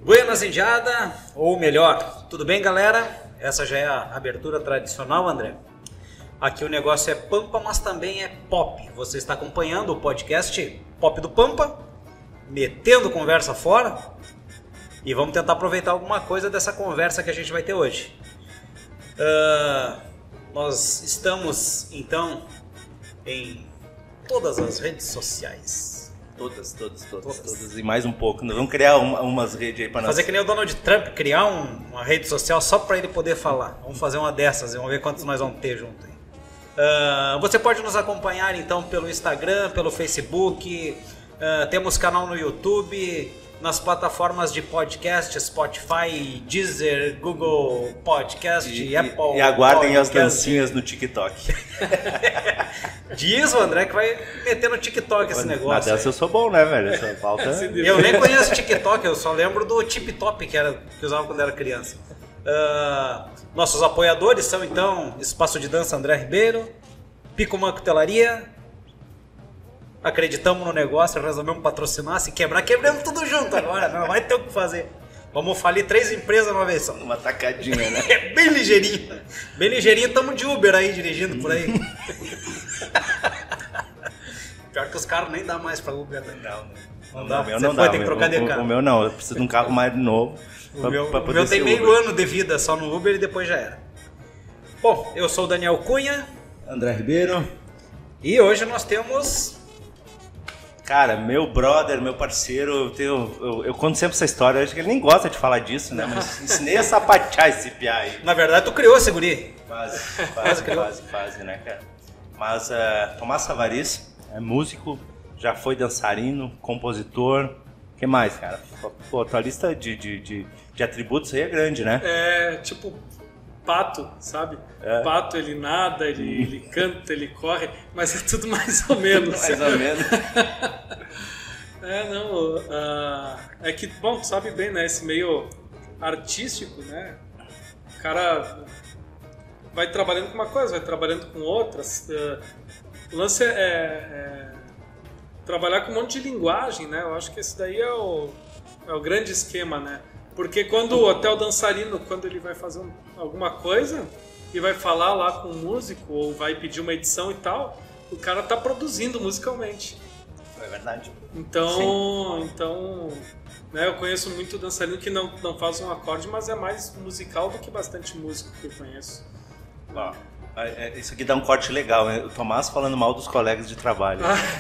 Buenas indiada, ou melhor, tudo bem galera? Essa já é a abertura tradicional, André. Aqui o negócio é Pampa, mas também é pop. Você está acompanhando o podcast Pop do Pampa, metendo conversa fora. E vamos tentar aproveitar alguma coisa dessa conversa que a gente vai ter hoje. Nós estamos, então, em todas as redes sociais. Todas. E mais um pouco. Nós vamos criar umas redes aí para nós. Fazer que nem o Donald Trump, criar uma rede social só para ele poder falar. Vamos fazer uma dessas e vamos ver quantos nós vamos ter junto aí. Você pode nos acompanhar então pelo Instagram, pelo Facebook, temos canal no YouTube, nas plataformas de podcast, Spotify, Deezer, Google Podcast, Apple. E aguardem Podcast. as dancinhas no TikTok. Diz o André que vai meter no TikTok esse negócio. Na dança eu sou bom, né, velho? Só falta... Eu nem conheço TikTok, eu só lembro do Tip Top que usava quando era criança. Nossos apoiadores são então Espaço de Dança André Ribeiro, Pico Man Cutelaria. Acreditamos no negócio, resolvemos patrocinar. Se quebrar, quebramos tudo junto agora. Não vai ter o que fazer. Vamos falir 3 empresas uma vez só. Uma tacadinha, né? É bem ligeirinho. Bem ligeirinho, estamos de Uber aí, dirigindo por aí. Pior que os caras nem dá mais pra Uber. Né? Não dá. O meu Você não foi, dá. tem que trocar de carro. O meu não, eu preciso de um carro mais novo. O meu tem meio ano de vida só no Uber e depois já era. Bom, eu sou o Daniel Cunha. André Ribeiro. E hoje nós temos... Cara, meu brother, meu parceiro, eu conto sempre essa história, eu acho que ele nem gosta de falar disso, né? Mas ensinei a sapatear esse piá aí. Na verdade, tu criou esse guri. Quase, né, cara? Mas Tomás Savariz é músico, já foi dançarino, compositor. O que mais, cara? Pô, tua lista de atributos aí é grande, né? É, tipo... Pato, sabe? Pato, ele nada, ele canta, ele corre, mas é tudo mais ou menos. Mais ou menos. É que, bom, tu sabe bem, né? Esse meio artístico, né? O cara vai trabalhando com uma coisa, vai trabalhando com outras. O lance é trabalhar com um monte de linguagem, né? Eu acho que esse daí é o grande esquema, né? Porque até o dançarino, quando ele vai fazer alguma coisa e vai falar lá com o músico ou vai pedir uma edição e tal, o cara tá produzindo musicalmente. É verdade. Então né, eu conheço muito dançarino que não faz um acorde, mas é mais musical do que bastante músico que eu conheço. Ó, isso aqui dá um corte legal, né? O Tomás falando mal dos colegas de trabalho.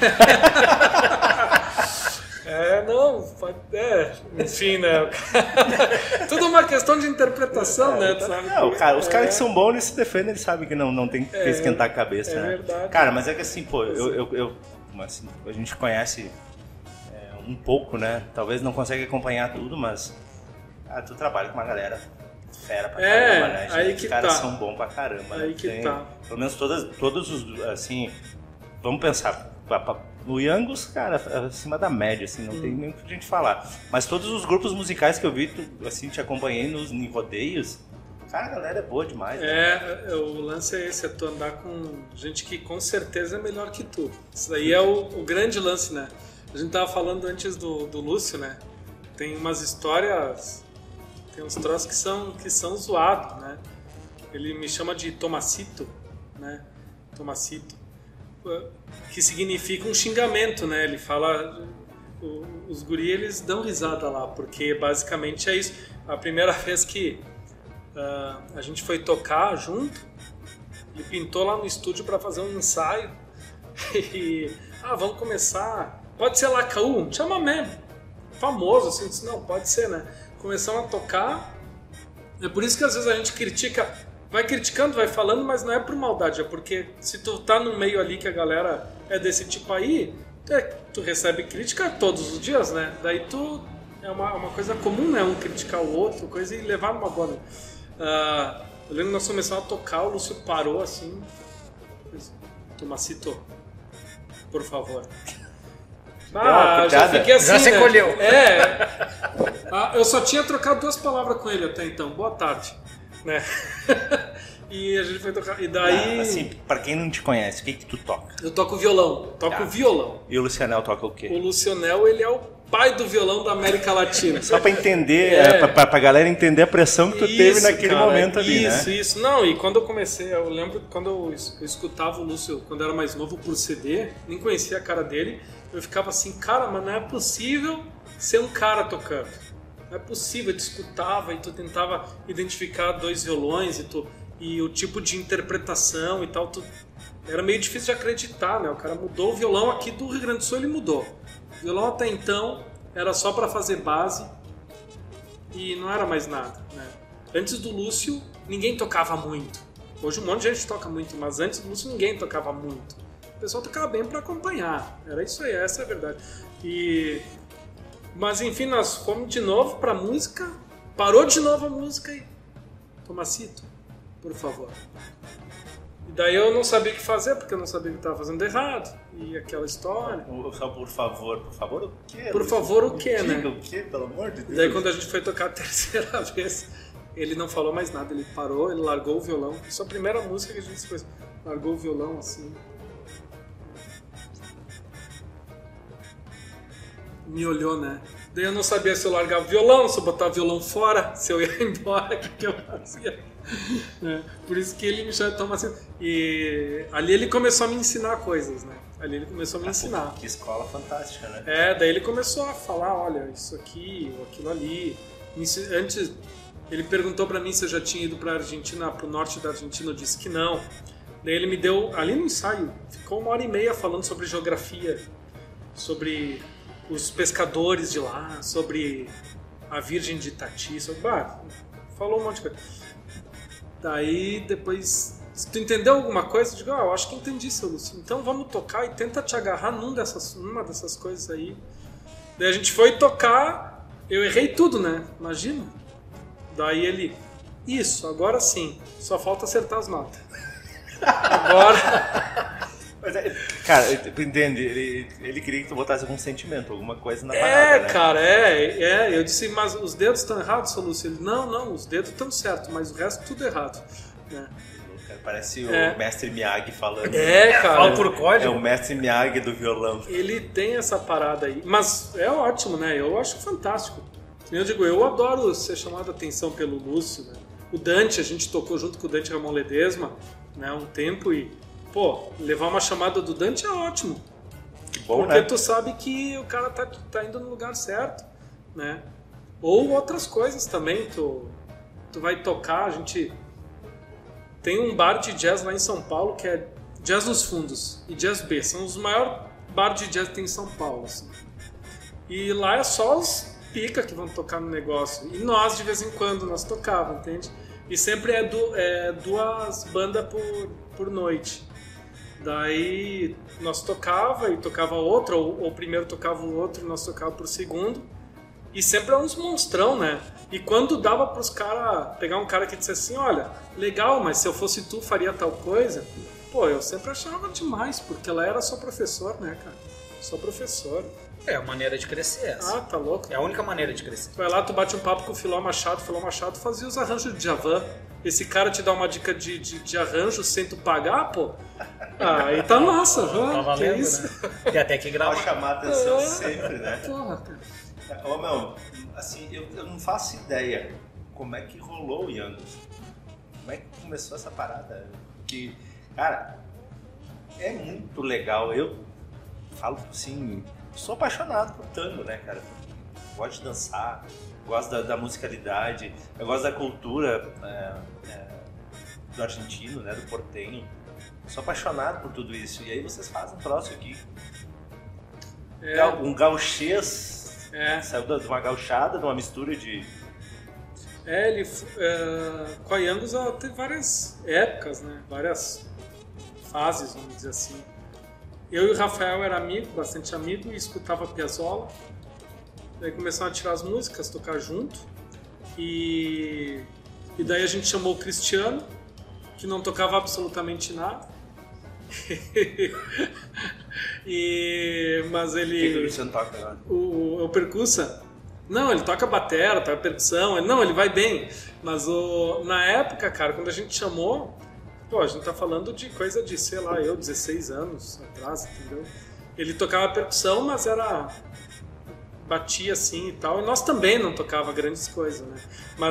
Enfim, né? Tudo uma questão de interpretação, né? Tu sabe os caras que são bons, eles se defendem, eles sabem que não tem que esquentar a cabeça, né? Verdade. Cara, mas é que assim, pô, assim, a gente conhece um pouco, né? Talvez não consegue acompanhar tudo, mas tu trabalha com uma galera fera pra caramba, né? Aí que os caras tá. são bons pra caramba, aí né? que tá. Pelo menos todos os, assim, vamos pensar, o Yangus, cara, acima da média, assim, não tem nem o que a gente falar. Mas todos os grupos musicais que eu vi, assim, te acompanhei em rodeios, cara, a galera é boa demais. Né? O lance é esse, é tu andar com gente que com certeza é melhor que tu. Isso daí é o grande lance, né? A gente tava falando antes do Lúcio, né? Tem umas histórias, tem uns troços que são zoados, né? Ele me chama de Tomacito, né? Tomacito. Que significa um xingamento, né? Ele fala... Os guri, eles dão risada lá, porque basicamente é isso. A primeira vez que a gente foi tocar junto, ele pintou lá no estúdio para fazer um ensaio. E... vamos começar... Pode ser Lacaú? Chama mesmo. Famoso, assim. Disse, não, pode ser, né? Começamos a tocar. É por isso que às vezes a gente critica... Vai criticando, vai falando, mas não é por maldade, é porque se tu tá no meio ali que a galera é desse tipo aí, tu recebe crítica todos os dias, né? Daí é uma coisa comum, né? Um criticar o outro, coisa e levar numa boa. Eu lembro que nós começamos a tocar, o Lúcio parou assim, Tomacito, por favor. Já fiquei assim, já se colheu. Eu só tinha trocado 2 palavras com ele até então, boa tarde. Né? E a gente foi tocar. E daí. Assim, pra quem não te conhece, o que tu toca? Eu toco violão. Violão. E o Lucianel toca o quê? O Lucianel, ele é o pai do violão da América Latina. Só pra entender, pra galera entender a pressão que tu teve naquele momento ali, isso, né? Isso, não, e quando eu comecei, eu lembro quando eu escutava o Lúcio, quando eu era mais novo por CD, nem conhecia a cara dele, eu ficava assim, cara, mas não é possível ser um cara tocando. Não é possível, tu escutava e tu tentava identificar dois violões e o tipo de interpretação e tal, era meio difícil de acreditar, né? O cara mudou o violão aqui do Rio Grande do Sul, ele mudou. O violão até então era só para fazer base e não era mais nada, né? Antes do Lúcio, ninguém tocava muito. Hoje um monte de gente toca muito, mas antes do Lúcio ninguém tocava muito. O pessoal tocava bem para acompanhar. Era isso aí, essa é a verdade. Mas enfim, nós fomos de novo pra música, parou de novo a música e... Tomacito, por favor. E daí eu não sabia o que fazer, porque eu não sabia o que estava fazendo errado. E aquela história. Só por favor o quê? Por favor o quê, né? O quê, pelo amor de Deus? Daí quando a gente foi tocar a terceira vez, ele não falou mais nada, ele parou, ele largou o violão. Isso é a primeira música que a gente fez. Largou o violão assim. Me olhou, né? Daí eu não sabia se eu largava o violão, se eu botava o violão fora, se eu ia embora, o que eu fazia. Por isso que ele me chama de Tomacito. E ali ele começou a me ensinar coisas, né? Ali ele começou a me ensinar. Que escola fantástica, né? Daí ele começou a falar, olha, isso aqui, ou aquilo ali. Antes, ele perguntou pra mim se eu já tinha ido pra Argentina, pro norte da Argentina, eu disse que não. Daí ele me deu, ali no ensaio, ficou 1h30 falando sobre geografia, sobre os pescadores de lá, sobre a Virgem de Itati, falou um monte de coisa. Daí depois, se tu entendeu alguma coisa, eu digo, eu acho que entendi, seu Lúcio. Então vamos tocar e tenta te agarrar numa dessas coisas aí. Daí a gente foi tocar, eu errei tudo, né? Imagina. Daí ele, isso, agora sim, só falta acertar as notas. Agora... Mas, cara, entende? Ele queria que tu botasse algum sentimento, alguma coisa na parada, né? Cara, eu disse, mas os dedos estão errados, seu Lúcio? Ele, não, os dedos estão certos, mas o resto tudo errado. Né? Cara, parece o mestre Miyagi falando. Cara. Fala por código. É o mestre Miyagi do violão. Ele tem essa parada aí, mas é ótimo, né? Eu acho fantástico. Eu digo, eu adoro ser chamado a atenção pelo Lúcio, né? O Dante, a gente tocou junto com o Dante Ramon Ledesma, né, um tempo e... Pô, levar uma chamada do Dante é ótimo. Que bom, porque né? tu sabe que o cara tá indo no lugar certo, né? Ou outras coisas também, tu vai tocar, a gente... Tem um bar de jazz lá em São Paulo que é Jazz nos Fundos e Jazz B. São os maiores bares de jazz que tem em São Paulo, assim. E lá é só os pica que vão tocar no negócio. E nós, de vez em quando, nós tocávamos, entende? E sempre é 2 bandas por noite. Daí nós tocava e tocava outro, ou primeiro tocava o outro e nós tocava por segundo. E sempre é uns monstrão, né? E quando dava pros caras, pegar um cara que dissesse assim, olha, legal, mas se eu fosse tu faria tal coisa, pô, eu sempre achava demais, porque ela era só professor, né, cara? Só professor. É a maneira de crescer essa. Tá louco. É a única maneira de crescer. Tu vai lá, tu bate um papo com o Filó Machado fazia os arranjos de Djavan. Esse cara te dá uma dica de arranjo sem tu pagar, pô. Aí tá massa, Tá valendo, que isso? né? E até que grava. Pode chamar a atenção sempre, né? Porra, cara. Ô, meu, assim, eu não faço ideia como é que rolou o Youngos. Como é que começou essa parada? Porque, cara, é muito legal. Eu falo assim, sou apaixonado por tango, né, cara? Gosto de dançar, gosto da musicalidade, eu gosto da cultura do argentino, né, do portenho. Sou apaixonado por tudo isso. E aí vocês fazem um troço aqui. Um gauchês. Saiu de uma gauchada, de uma mistura de... Com a Youngos ela teve várias épocas, né? Várias fases, vamos dizer assim. Eu e o Rafael era amigo, bastante amigo, e escutava Piazzolla. Daí começaram a tirar as músicas, tocar junto. E daí a gente chamou o Cristiano, que não tocava absolutamente nada. Mas ele... O que o Cristiano toca agora? O percussa. Não, ele toca batera, toca percussão. Ele vai bem. Mas na época, cara, quando a gente chamou... Pô, a gente tá falando de coisa de, sei lá, 16 anos atrás, entendeu? Ele tocava percussão, mas era batia assim e tal. E nós também não tocava grandes coisas, né?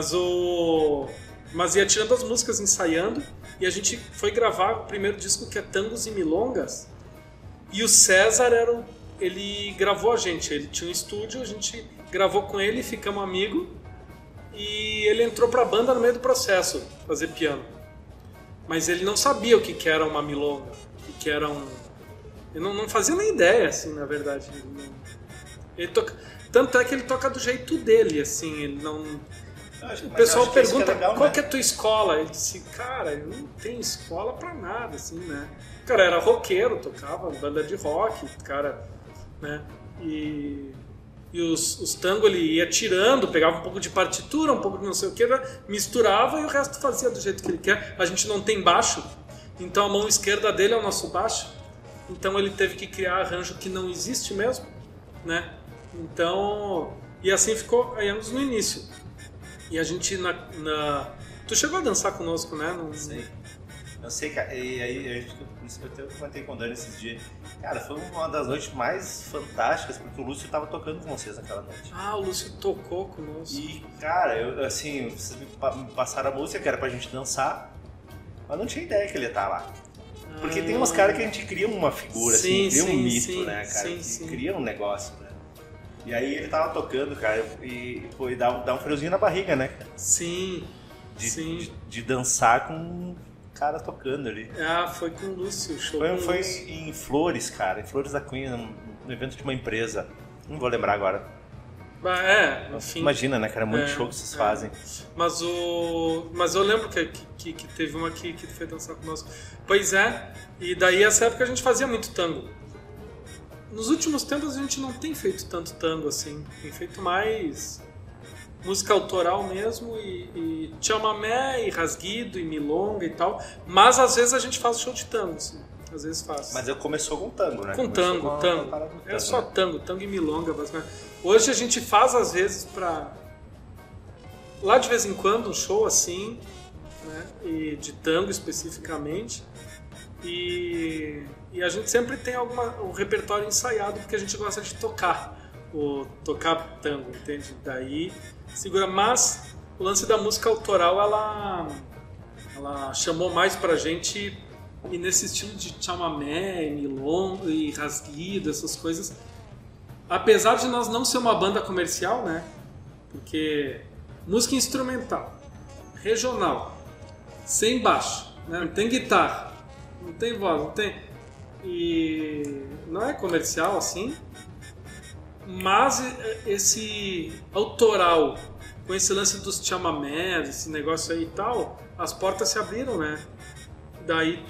Mas ia tirando as músicas, ensaiando. E a gente foi gravar o primeiro disco, que é Tangos e Milongas. E o César ele gravou a gente. Ele tinha um estúdio, a gente gravou com ele, ficamos amigos. E ele entrou pra banda no meio do processo, fazer piano. Mas ele não sabia o que era uma milonga, o que era um... Eu não fazia nem ideia, assim, na verdade. Tanto é que ele toca do jeito dele, assim, ele não... O pessoal pergunta, qual que é a tua escola? Ele disse, cara, eu não tenho escola pra nada, assim, né? O cara era roqueiro, tocava banda de rock, cara, né? E os tangos ele ia tirando, pegava um pouco de partitura, um pouco de não sei o que, misturava e o resto fazia do jeito que ele quer. A gente não tem baixo, então a mão esquerda dele é o nosso baixo. Então ele teve que criar arranjo que não existe mesmo, né? Então... E assim ficou anos no início. E a gente Tu chegou a dançar conosco, né? Sei. Eu sei, cara. E aí, eu comentei com o Dani esses dias. Cara, foi uma das noites mais fantásticas, porque o Lúcio tava tocando com vocês naquela noite. Ah, o Lúcio tocou conosco. E, cara, vocês me passaram a música que era pra gente dançar, mas não tinha ideia que ele ia estar lá. Porque tem uns caras que a gente cria uma figura, sim, assim, cria um mito, sim, né, cara? Sim. Cria um negócio, né? E aí ele tava tocando, cara, e dá um friozinho na barriga, né, cara? Sim, de dançar com um cara tocando ali. Ah, foi com o Lúcio, show. Foi em Flores, cara, em Flores da Cunha, num evento de uma empresa. Não vou lembrar agora. Enfim. Imagina, né, cara? Muito show que vocês fazem. Mas eu lembro que teve uma que foi dançar conosco. Pois é, e daí essa época a gente fazia muito tango. Nos últimos tempos a gente não tem feito tanto tango assim. Tem feito mais música autoral mesmo e chamamé, e rasguido, e milonga e tal. Mas às vezes a gente faz show de tango, assim. Às vezes faz. Mas começou com tango, né? Com tango. É só tango e milonga. Hoje a gente faz às vezes lá de vez em quando um show assim, né? E de tango especificamente. E a gente sempre tem um repertório ensaiado, porque a gente gosta de tocar tango, entende? Daí segura. Mas o lance da música autoral, ela chamou mais pra gente ir nesse estilo de chamamé, milonga e rasguido, essas coisas. Apesar de nós não ser uma banda comercial, né? Porque música instrumental, regional, sem baixo, né? Não tem guitarra, não tem voz, não tem... E não é comercial assim, mas esse autoral, com esse lance dos chamamés, esse negócio aí e tal, as portas se abriram, né? Daí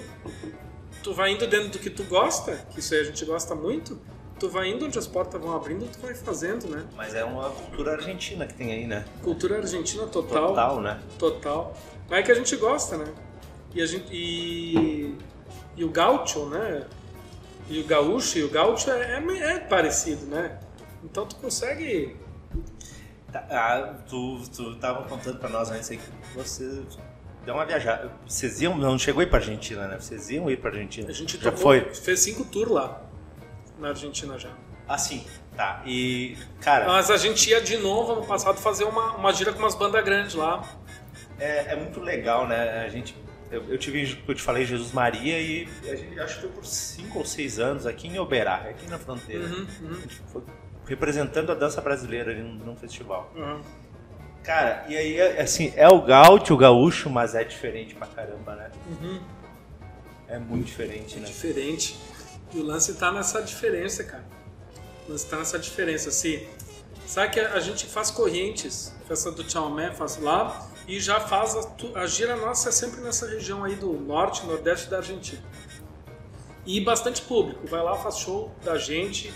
tu vai indo dentro do que tu gosta, que isso aí a gente gosta muito, tu vai indo onde as portas vão abrindo, tu vai fazendo, né? Mas é uma cultura argentina que tem aí, né? Cultura argentina total. Total, né? Total. Mas é que a gente gosta, né? E o gaúcho, né? E o gaúcho é parecido, né? Então tu consegue... Tu tava contando pra nós antes aí que você deu uma viajada. Vocês não chegou a ir pra Argentina, né? Vocês iam ir pra Argentina. A gente já foi. Fez 5 tours lá, na Argentina já. Ah, sim. Tá. E, cara... Mas a gente ia de novo ano passado fazer uma gira com umas bandas grandes lá. É muito legal, né? Eu te falei Jesus Maria e a gente acho que foi por 5 ou 6 anos aqui em Oberá, aqui na fronteira. A gente foi representando a dança brasileira ali num festival. Cara, e aí, assim, é o gaúcho, mas é diferente pra caramba, né? É muito diferente, né? Diferente. E o lance tá nessa diferença, cara. O lance tá nessa diferença, assim. Sabe que a gente faz correntes, festa do chamamé, faz lá, e já faz a gira nossa é sempre nessa região aí do norte, nordeste da Argentina. E bastante público, vai lá, faz show da gente.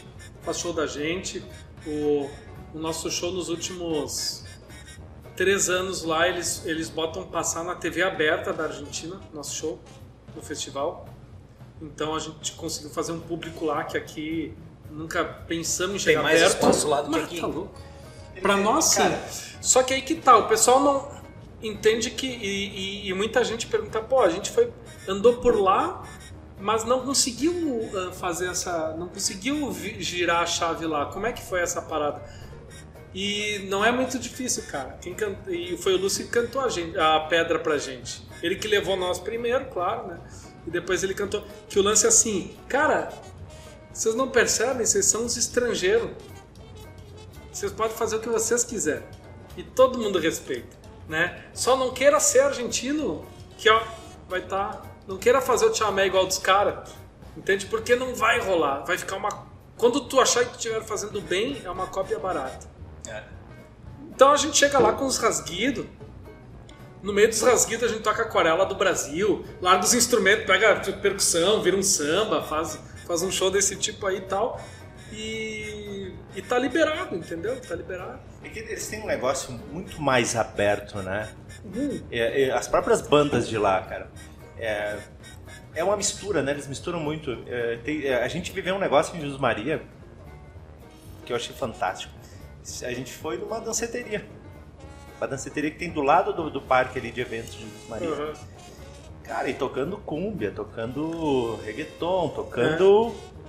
O nosso show nos últimos 3 anos lá, eles botam passar na TV aberta da Argentina, nosso show, no festival. Então a gente conseguiu fazer um público lá que aqui nunca pensamos em chegar perto. Tem mais espaço lá do que aqui. Tá louco. Pra nós, sim. Só que aí que tá, o pessoal não entende que... E muita gente pergunta, pô, a gente andou por lá mas não conseguiu fazer essa... Não conseguiu girar a chave lá. Como é que foi essa parada? E não é muito difícil, cara. E foi o Lúcio que cantou a pedra pra gente. Ele que levou nós primeiro, claro, né? E depois ele cantou. Que o lance é assim, cara, vocês não percebem? Vocês são uns estrangeiros. Vocês podem fazer o que vocês quiserem. E todo mundo respeita, né? Só não queira ser argentino, que ó, vai estar... Não queira fazer o chamé igual dos caras, entende? Porque não vai rolar. Vai ficar uma... Quando tu achar que tu estiver fazendo bem, é uma cópia barata. Então a gente chega lá com os rasguidos. No meio dos rasguidos a gente toca aquarela do Brasil, larga os instrumentos, pega percussão, vira um samba, faz um show desse tipo aí e tal. E tá liberado, entendeu? Tá liberado. É que eles têm um negócio muito mais aberto, né? As próprias bandas de lá, cara, é uma mistura, né? Eles misturam muito. A gente viveu um negócio em Jesus Maria que eu achei fantástico. A gente foi numa danceteria. Uma danceteria que tem do lado do parque ali de eventos de Jesus Maria. Uhum. Cara, e tocando cúmbia, tocando reggaeton, tocando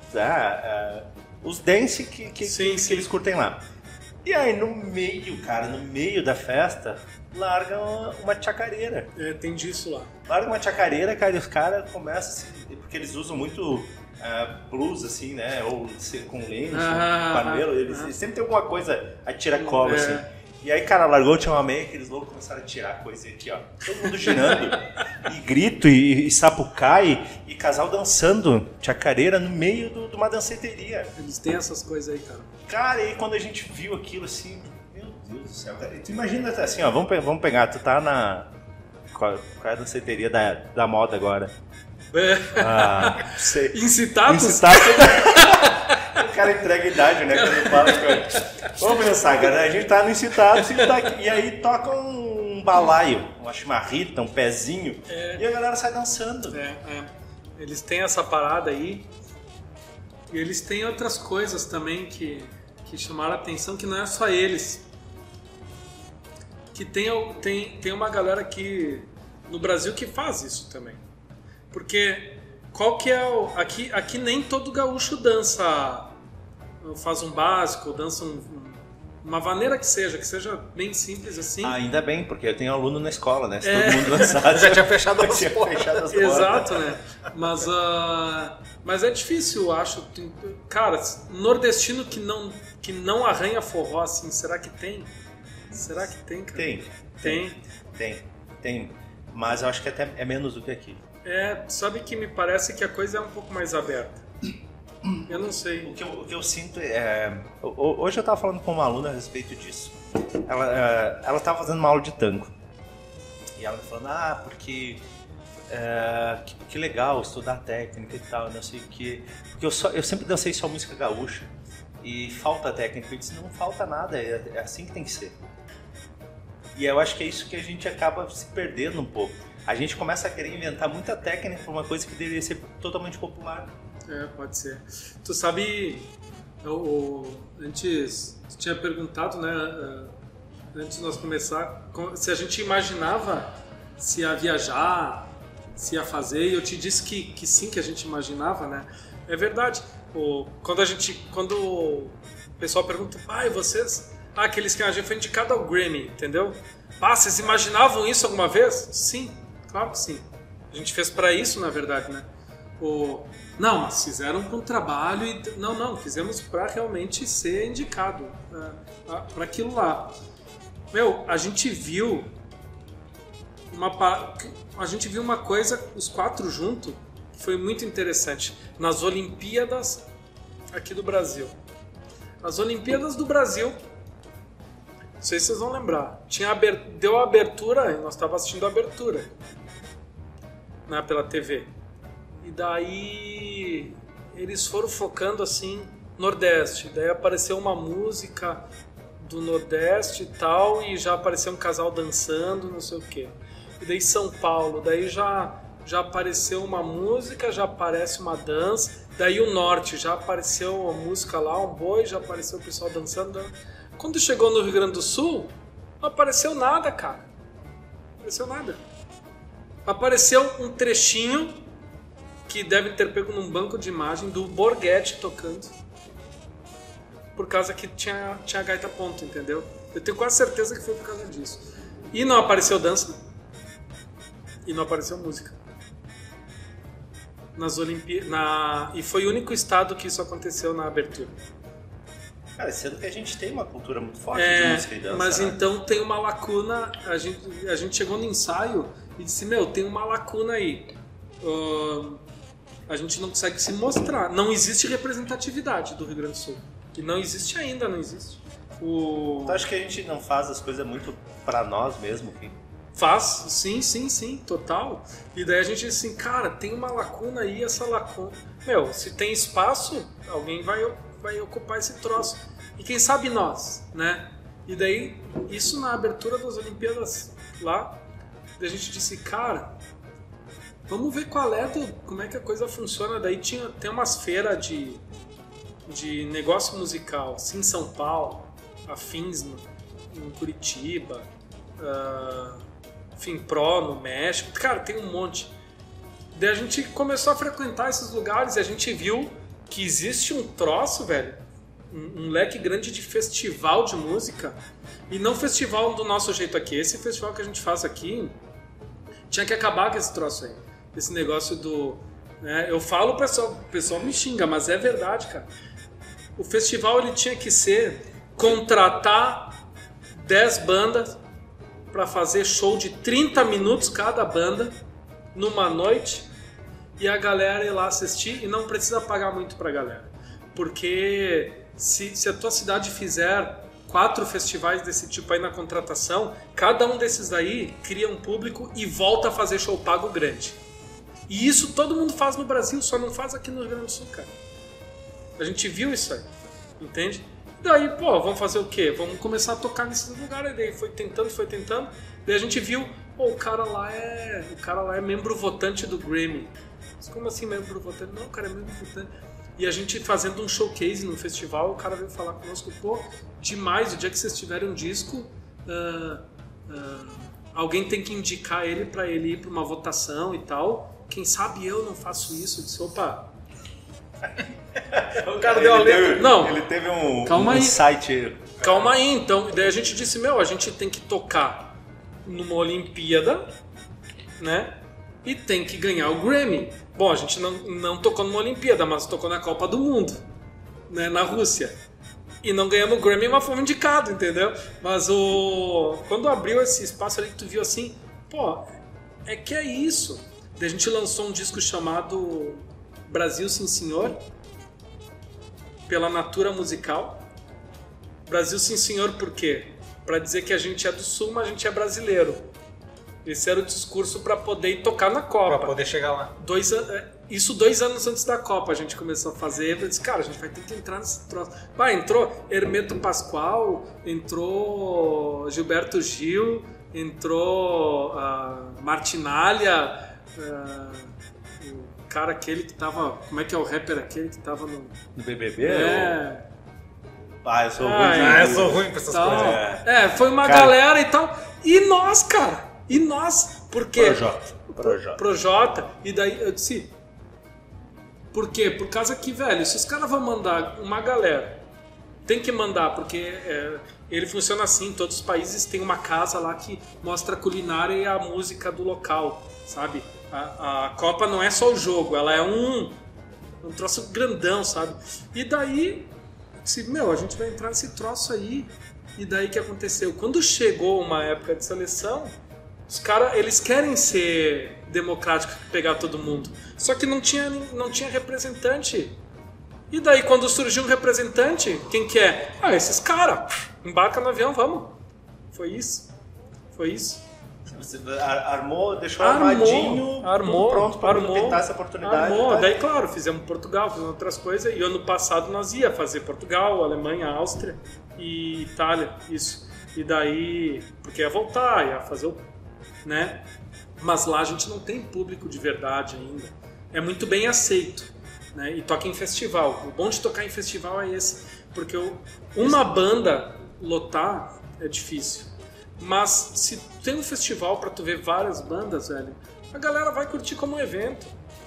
os dance que eles curtem lá. E aí no meio, cara, no meio da festa, larga uma chacareira. Tem disso lá. Larga uma chacareira, cara, e os caras começam, porque eles usam muito blues, assim, né? Ou com lenço, panelo, eles sempre tem alguma coisa a tirar colo, assim. E aí, cara, largou o chamamé, aqueles loucos começaram a tirar coisa aqui, ó. Todo mundo girando, e grito, e sapucai, e casal dançando chacareira no meio de uma danceteria. Eles têm essas coisas aí, cara. Cara, e aí quando a gente viu aquilo, assim, meu Deus do céu, cara. Tu imagina, assim, ó, vamos pegar, tu tá na... Qual é a danceteria da moda agora? Sei. Incitados? O cara entrega a idade, né? Quando fala, vamos pensar, cara, a gente tá no Incitados e aí toca um balaio, uma chimarrita, um pezinho, e a galera sai dançando. Eles têm essa parada aí, e eles têm outras coisas também que chamaram a atenção, que não é só eles. Que tem uma galera aqui no Brasil que faz isso também. Porque qual que é aqui nem todo gaúcho dança, faz um básico, dança uma maneira que seja bem simples assim. Ainda bem, porque eu tenho aluno na escola, né? Se todo mundo dançasse, já tinha fechado as portas. Exato, né? Mas é difícil, eu acho. Cara, nordestino que não arranha forró assim, será que tem? Será que tem, cara? Tem. Mas eu acho que até é menos do que aqui. Sabe que me parece que a coisa é um pouco mais aberta. Eu não sei. O que eu sinto é... Hoje eu estava falando com uma aluna a respeito disso. Ela estava fazendo uma aula de tango. E ela me falando, porque... que legal estudar técnica e tal, não sei o que. Porque eu sempre dancei só música gaúcha. E falta técnica. Eu disse, não falta nada, é assim que tem que ser. E eu acho que é isso que a gente acaba se perdendo um pouco. A gente começa a querer inventar muita técnica para uma coisa que deveria ser totalmente popular. Pode ser. Tu sabe, antes tu tinha perguntado, né, antes de nós começar, se a gente imaginava se ia viajar, se ia fazer, e eu te disse que sim, que a gente imaginava, né? É verdade. Quando o pessoal pergunta, e vocês... aqueles que a gente foi indicado ao Grammy, entendeu? Vocês imaginavam isso alguma vez? Sim, claro que sim. A gente fez pra isso, na verdade, né? Não, mas fizeram com trabalho e... Não, fizemos pra realmente ser indicado pra aquilo lá. A gente viu uma coisa, os quatro juntos, que foi muito interessante. Nas Olimpíadas aqui do Brasil. As Olimpíadas do Brasil... Não sei se vocês vão lembrar. Deu a abertura, nós estávamos assistindo a abertura, né, pela TV. E daí eles foram focando assim, Nordeste. Daí apareceu uma música do Nordeste e tal, e já apareceu um casal dançando, não sei o quê. E daí São Paulo, daí já apareceu uma música, já aparece uma dança. Daí o Norte, já apareceu uma música lá, um boi, já apareceu o pessoal dançando. Quando chegou no Rio Grande do Sul, não apareceu nada, cara. Não apareceu nada. Apareceu um trechinho que devem ter pego num banco de imagem do Borghetti tocando. Por causa que tinha gaita ponto, entendeu? Eu tenho quase certeza que foi por causa disso. E não apareceu dança. E não apareceu música. Nas Olimpíadas. E foi o único estado que isso aconteceu na abertura. Cara, sendo que a gente tem uma cultura muito forte de música e dança. Mas né? então tem uma lacuna. A gente chegou no ensaio e disse: Meu, tem uma lacuna aí. A gente não consegue se mostrar. Não existe representatividade do Rio Grande do Sul. E não existe ainda, não existe. Tu acha que a gente não faz as coisas muito pra nós mesmo, filho? Faz, sim, total. E daí a gente diz assim, cara, tem uma lacuna aí, essa lacuna. Meu, se tem espaço, alguém vai ocupar esse troço. E quem sabe nós, né? E daí, isso na abertura das Olimpíadas lá, a gente disse, cara, vamos ver como é que a coisa funciona. Daí tem umas feiras de negócio musical, assim, em São Paulo, afins em Curitiba, FinPro no México, cara, tem um monte. Daí a gente começou a frequentar esses lugares e a gente viu que existe um troço, velho, um leque grande de festival de música, e não festival do nosso jeito aqui. Esse festival que a gente faz aqui tinha que acabar com esse troço aí, esse negócio do... né, eu falo, o pessoal me xinga, mas é verdade, cara. O festival ele tinha que ser contratar 10 bandas para fazer show de 30 minutos cada banda numa noite e a galera ir lá assistir, e não precisa pagar muito pra galera, porque se a tua cidade fizer 4 festivais desse tipo aí na contratação, cada um desses aí cria um público e volta a fazer show pago grande. E isso todo mundo faz no Brasil, só não faz aqui no Rio Grande do Sul, cara. A gente viu isso aí, entende? Daí, pô, vamos fazer o quê? Vamos começar a tocar nesses lugares. Daí foi tentando. Daí a gente viu, pô, o cara lá é membro votante do Grammy. Mas como assim membro votante? Não, o cara é membro votante. E a gente fazendo um showcase no festival, o cara veio falar conosco, pô, demais, o dia que vocês tiverem um disco, alguém tem que indicar ele pra ele ir pra uma votação e tal. Quem sabe eu não faço isso? Eu disse, opa... O cara deu a letra. Não, ele teve calma aí. Insight. Calma aí, então. Daí a gente disse, a gente tem que tocar numa Olimpíada, né? E tem que ganhar o Grammy. Bom, a gente não tocou numa Olimpíada, mas tocou na Copa do Mundo, né? Na Rússia. E não ganhamos o Grammy, mas fomos indicados, entendeu? Mas quando abriu esse espaço ali que tu viu assim, pô, é que é isso. Daí a gente lançou um disco chamado Brasil Sim Senhor, pela Natura Musical. Brasil Sim Senhor por quê? Para dizer que a gente é do Sul, mas a gente é brasileiro. Esse era o discurso para poder ir tocar na Copa. Para poder chegar lá. 2 anos antes da Copa a gente começou a fazer. Eu disse, cara, a gente vai ter que entrar nesse troço. Entrou Hermeto Pascoal, entrou Gilberto Gil, entrou Martinalha, o cara aquele que tava... Como é que é o rapper aquele que tava no BBB? Eu sou ruim. Eu sou ruim pra essas coisas. Foi uma galera e tal. E nós, cara. E nós. Por quê? Projota. E daí eu disse... Por quê? Por causa que, velho, se os caras vão mandar uma galera, tem que mandar, porque ele funciona assim, em todos os países tem uma casa lá que mostra a culinária e a música do local, sabe? A Copa não é só o jogo, ela é um troço grandão, sabe? E daí, a gente vai entrar nesse troço aí. E daí que aconteceu? Quando chegou uma época de seleção, os caras, eles querem ser democráticos, pegar todo mundo. Só que não tinha representante. E daí, quando surgiu um representante, quem que é? Esses caras. Embarca no avião, vamos. Foi isso. Você deixou armadinho, pronto para aproveitar essa oportunidade. Tá? Daí, claro, fizemos Portugal, fizemos outras coisas. E ano passado nós ia fazer Portugal, Alemanha, Áustria e Itália. Isso. E daí, porque ia voltar, ia fazer o... né? Mas lá a gente não tem público de verdade ainda. É muito bem aceito, né? E toca em festival. O bom de tocar em festival é esse, porque uma banda lotar é difícil. Mas se tem um festival pra tu ver várias bandas, velho, a galera vai curtir como um evento.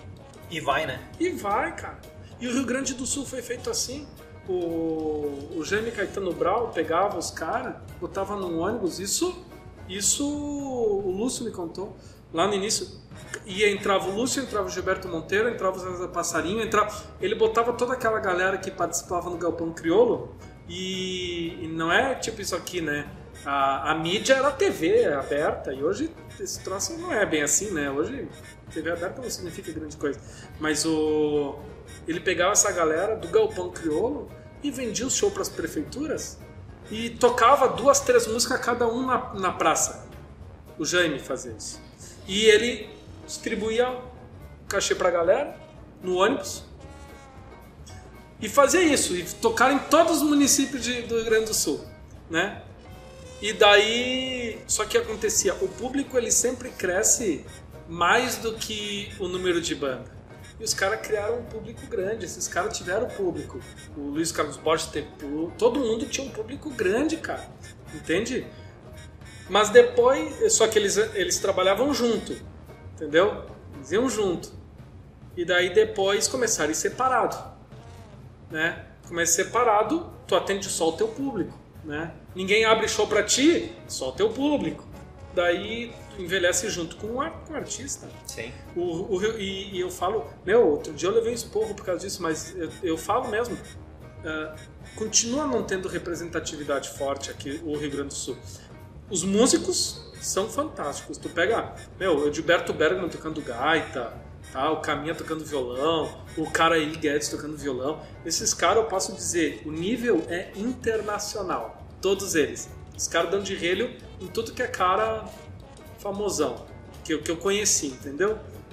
E vai, né? E vai, cara. E o Rio Grande do Sul foi feito assim. O Jaime Caetano Brau pegava os caras, botava num ônibus. Isso o Lúcio me contou. Lá no início, entrava o Lúcio, entrava o Gilberto Monteiro, entrava o Zé Passarinho, ele botava toda aquela galera que participava no Galpão Crioulo. E não é tipo isso aqui, né? A mídia era a TV aberta, e hoje esse troço não é bem assim, né? Hoje TV aberta não significa grande coisa. Mas ele pegava essa galera do Galpão Crioulo e vendia o show para as prefeituras e tocava 2, 3 músicas cada um na praça. O Jaime fazia isso. E ele distribuía cachê pra galera no ônibus e fazia isso, e tocaram em todos os municípios do Rio Grande do Sul, né? E daí, só que acontecia, o público ele sempre cresce mais do que o número de banda. E os caras criaram um público grande, esses caras tiveram público. O Luiz Carlos Borges teve público, todo mundo tinha um público grande, cara, entende? Mas depois, só que eles trabalhavam junto, entendeu? Eles iam junto. E daí depois começaram a ir separado, né? Começa separado, tu atende só o teu público, né? Ninguém abre show pra ti, só o teu público. Daí tu envelhece junto com o artista. Sim. E eu falo, outro dia eu levei um esporro por causa disso, mas eu falo mesmo, continua não tendo representatividade forte aqui o Rio Grande do Sul. Os músicos são fantásticos. Tu pega, o Gilberto Bergman tocando gaita, tá? O Caminha tocando violão, o cara Eli Guedes tocando violão. Esses caras, eu posso dizer, o nível é internacional. Todos eles. Os caras dão de relho em tudo que é cara famosão, que eu conheci, entendeu?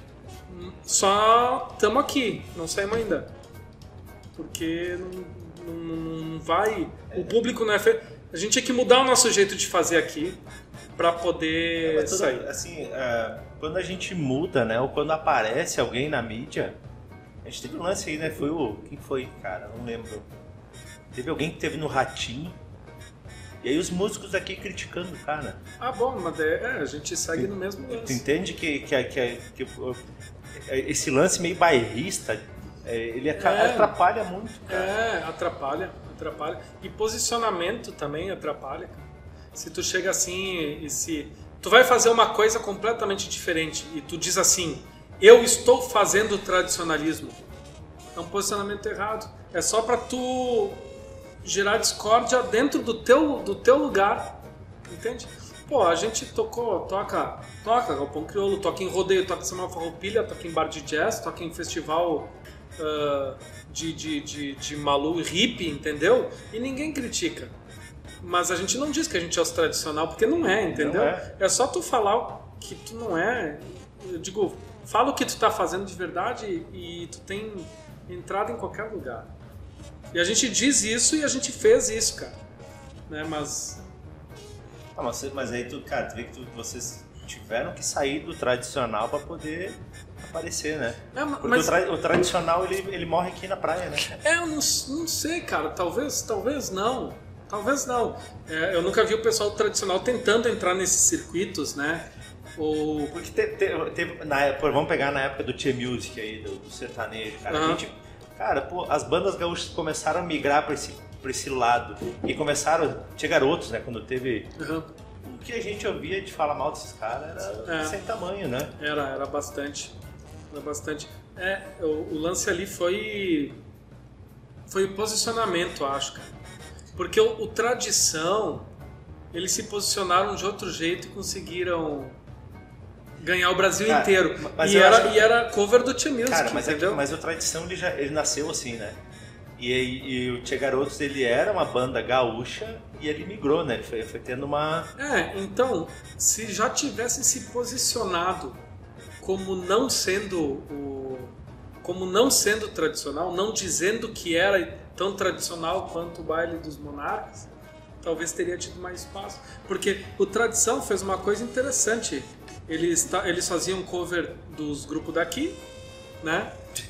Só estamos aqui, não saímos ainda. Porque não vai... O público não é feito... A gente tinha que mudar o nosso jeito de fazer aqui para poder sair. Assim, quando a gente muda, né, ou quando aparece alguém na mídia, a gente teve um lance aí, né? Foi quem foi, cara? Não lembro. Teve alguém que teve no Ratinho. E aí os músicos aqui criticando o cara. Ah, bom, mas a gente segue no mesmo lance. Tu entende que esse lance meio bairrista, ele atrapalha muito, cara. Atrapalha. E posicionamento também atrapalha. Se tu chega assim tu vai fazer uma coisa completamente diferente e tu diz assim, eu estou fazendo tradicionalismo, é um posicionamento errado. É só pra tu gerar discórdia dentro do teu lugar, entende? Pô, a gente toca Galpão Crioulo, toca em rodeio, toca em Semana Farroupilha, toca em bar de jazz, toca em festival de malu hippie, entendeu? E ninguém critica. Mas a gente não diz que a gente é os tradicional, porque não é, entendeu? Não é. É só tu falar que tu não é. Eu digo, fala o que tu tá fazendo de verdade e tu tem entrada em qualquer lugar. E a gente diz isso e a gente fez isso, cara. Né? Mas aí tu vê que vocês tiveram que sair do tradicional para poder aparecer, né? Porque o tradicional ele morre aqui na praia, né? Eu não sei, cara. Talvez não. Talvez não. Eu nunca vi o pessoal tradicional tentando entrar nesses circuitos, né? Porque teve na época, vamos pegar na época do Tchê Music aí, do sertanejo, cara. Uhum. As bandas gaúchas começaram a migrar para esse lado e começaram Tchê Garotos, né? Quando teve... Uhum. O que a gente ouvia de falar mal desses caras era sem tamanho, né? Era bastante. O lance ali foi o posicionamento, acho, cara. Porque o tradição, eles se posicionaram de outro jeito e conseguiram ganhar o Brasil inteiro. E era cover do Tchê Music, cara, entendeu? Mas o tradição ele nasceu assim, né? E o Tchê Garotos, ele era uma banda gaúcha e ele migrou, né? Ele foi tendo uma... Então, se já tivesse se posicionado como não sendo tradicional, não dizendo que era tão tradicional quanto o Baile dos Monarcas, talvez teria tido mais espaço. Porque o Tradição fez uma coisa interessante. Eles faziam cover dos grupos daqui, né?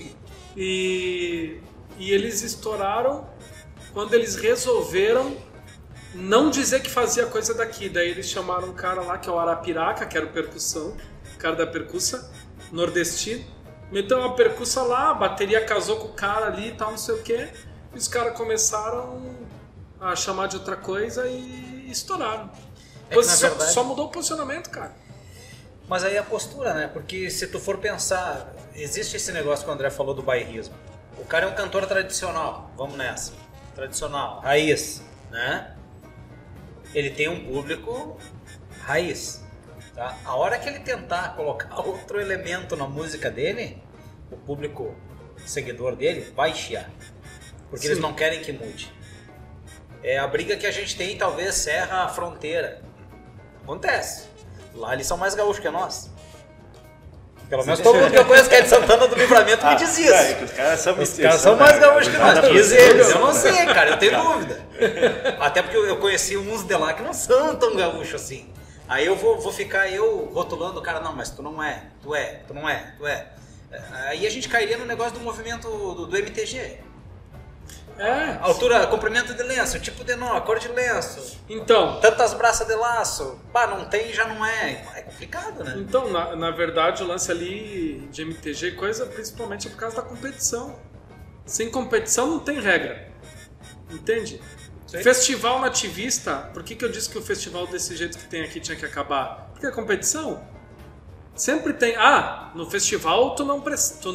E eles estouraram quando eles resolveram não dizer que fazia coisa daqui. Daí eles chamaram um cara lá que é o Arapiraca, que era o cara da percussa, nordestino, meteu uma percussa lá, a bateria casou com o cara ali e tal, não sei o que. E os caras começaram a chamar de outra coisa e estouraram. Na verdade... Só mudou o posicionamento, cara. Mas aí a postura, né? Porque se tu for pensar, existe esse negócio que o André falou do bairrismo. O cara é um cantor tradicional, vamos nessa. Tradicional, raiz, né? Ele tem um público raiz, tá? A hora que ele tentar colocar outro elemento na música dele, o público seguidor dele vai chiar. Porque eles não querem que mude. É a briga que a gente tem, talvez, Serra a Fronteira. Acontece. Lá eles são mais gaúchos que nós. Pelo menos todo mundo que eu conheço que é de Santana do Livramento me diz isso. Os caras são mais gaúchos que nós. Diz eles. Eu não sei, cara. Eu tenho dúvida. Até porque eu conheci uns de lá que não são tão gaúchos assim. Aí eu vou ficar rotulando o cara. Não, mas tu não é. Tu não é. Aí a gente cairia no negócio do movimento do MTG. Altura, comprimento de lenço, tipo de nó, cor de lenço. Então, tantas braças de laço. Não tem, já não é. É complicado, né? Então, na verdade, o lance ali de MTG, principalmente é por causa da competição. Sem competição não tem regra. Entende? Sim. Festival nativista, por que eu disse que o festival desse jeito que tem aqui tinha que acabar? Porque a competição sempre tem. No festival tu não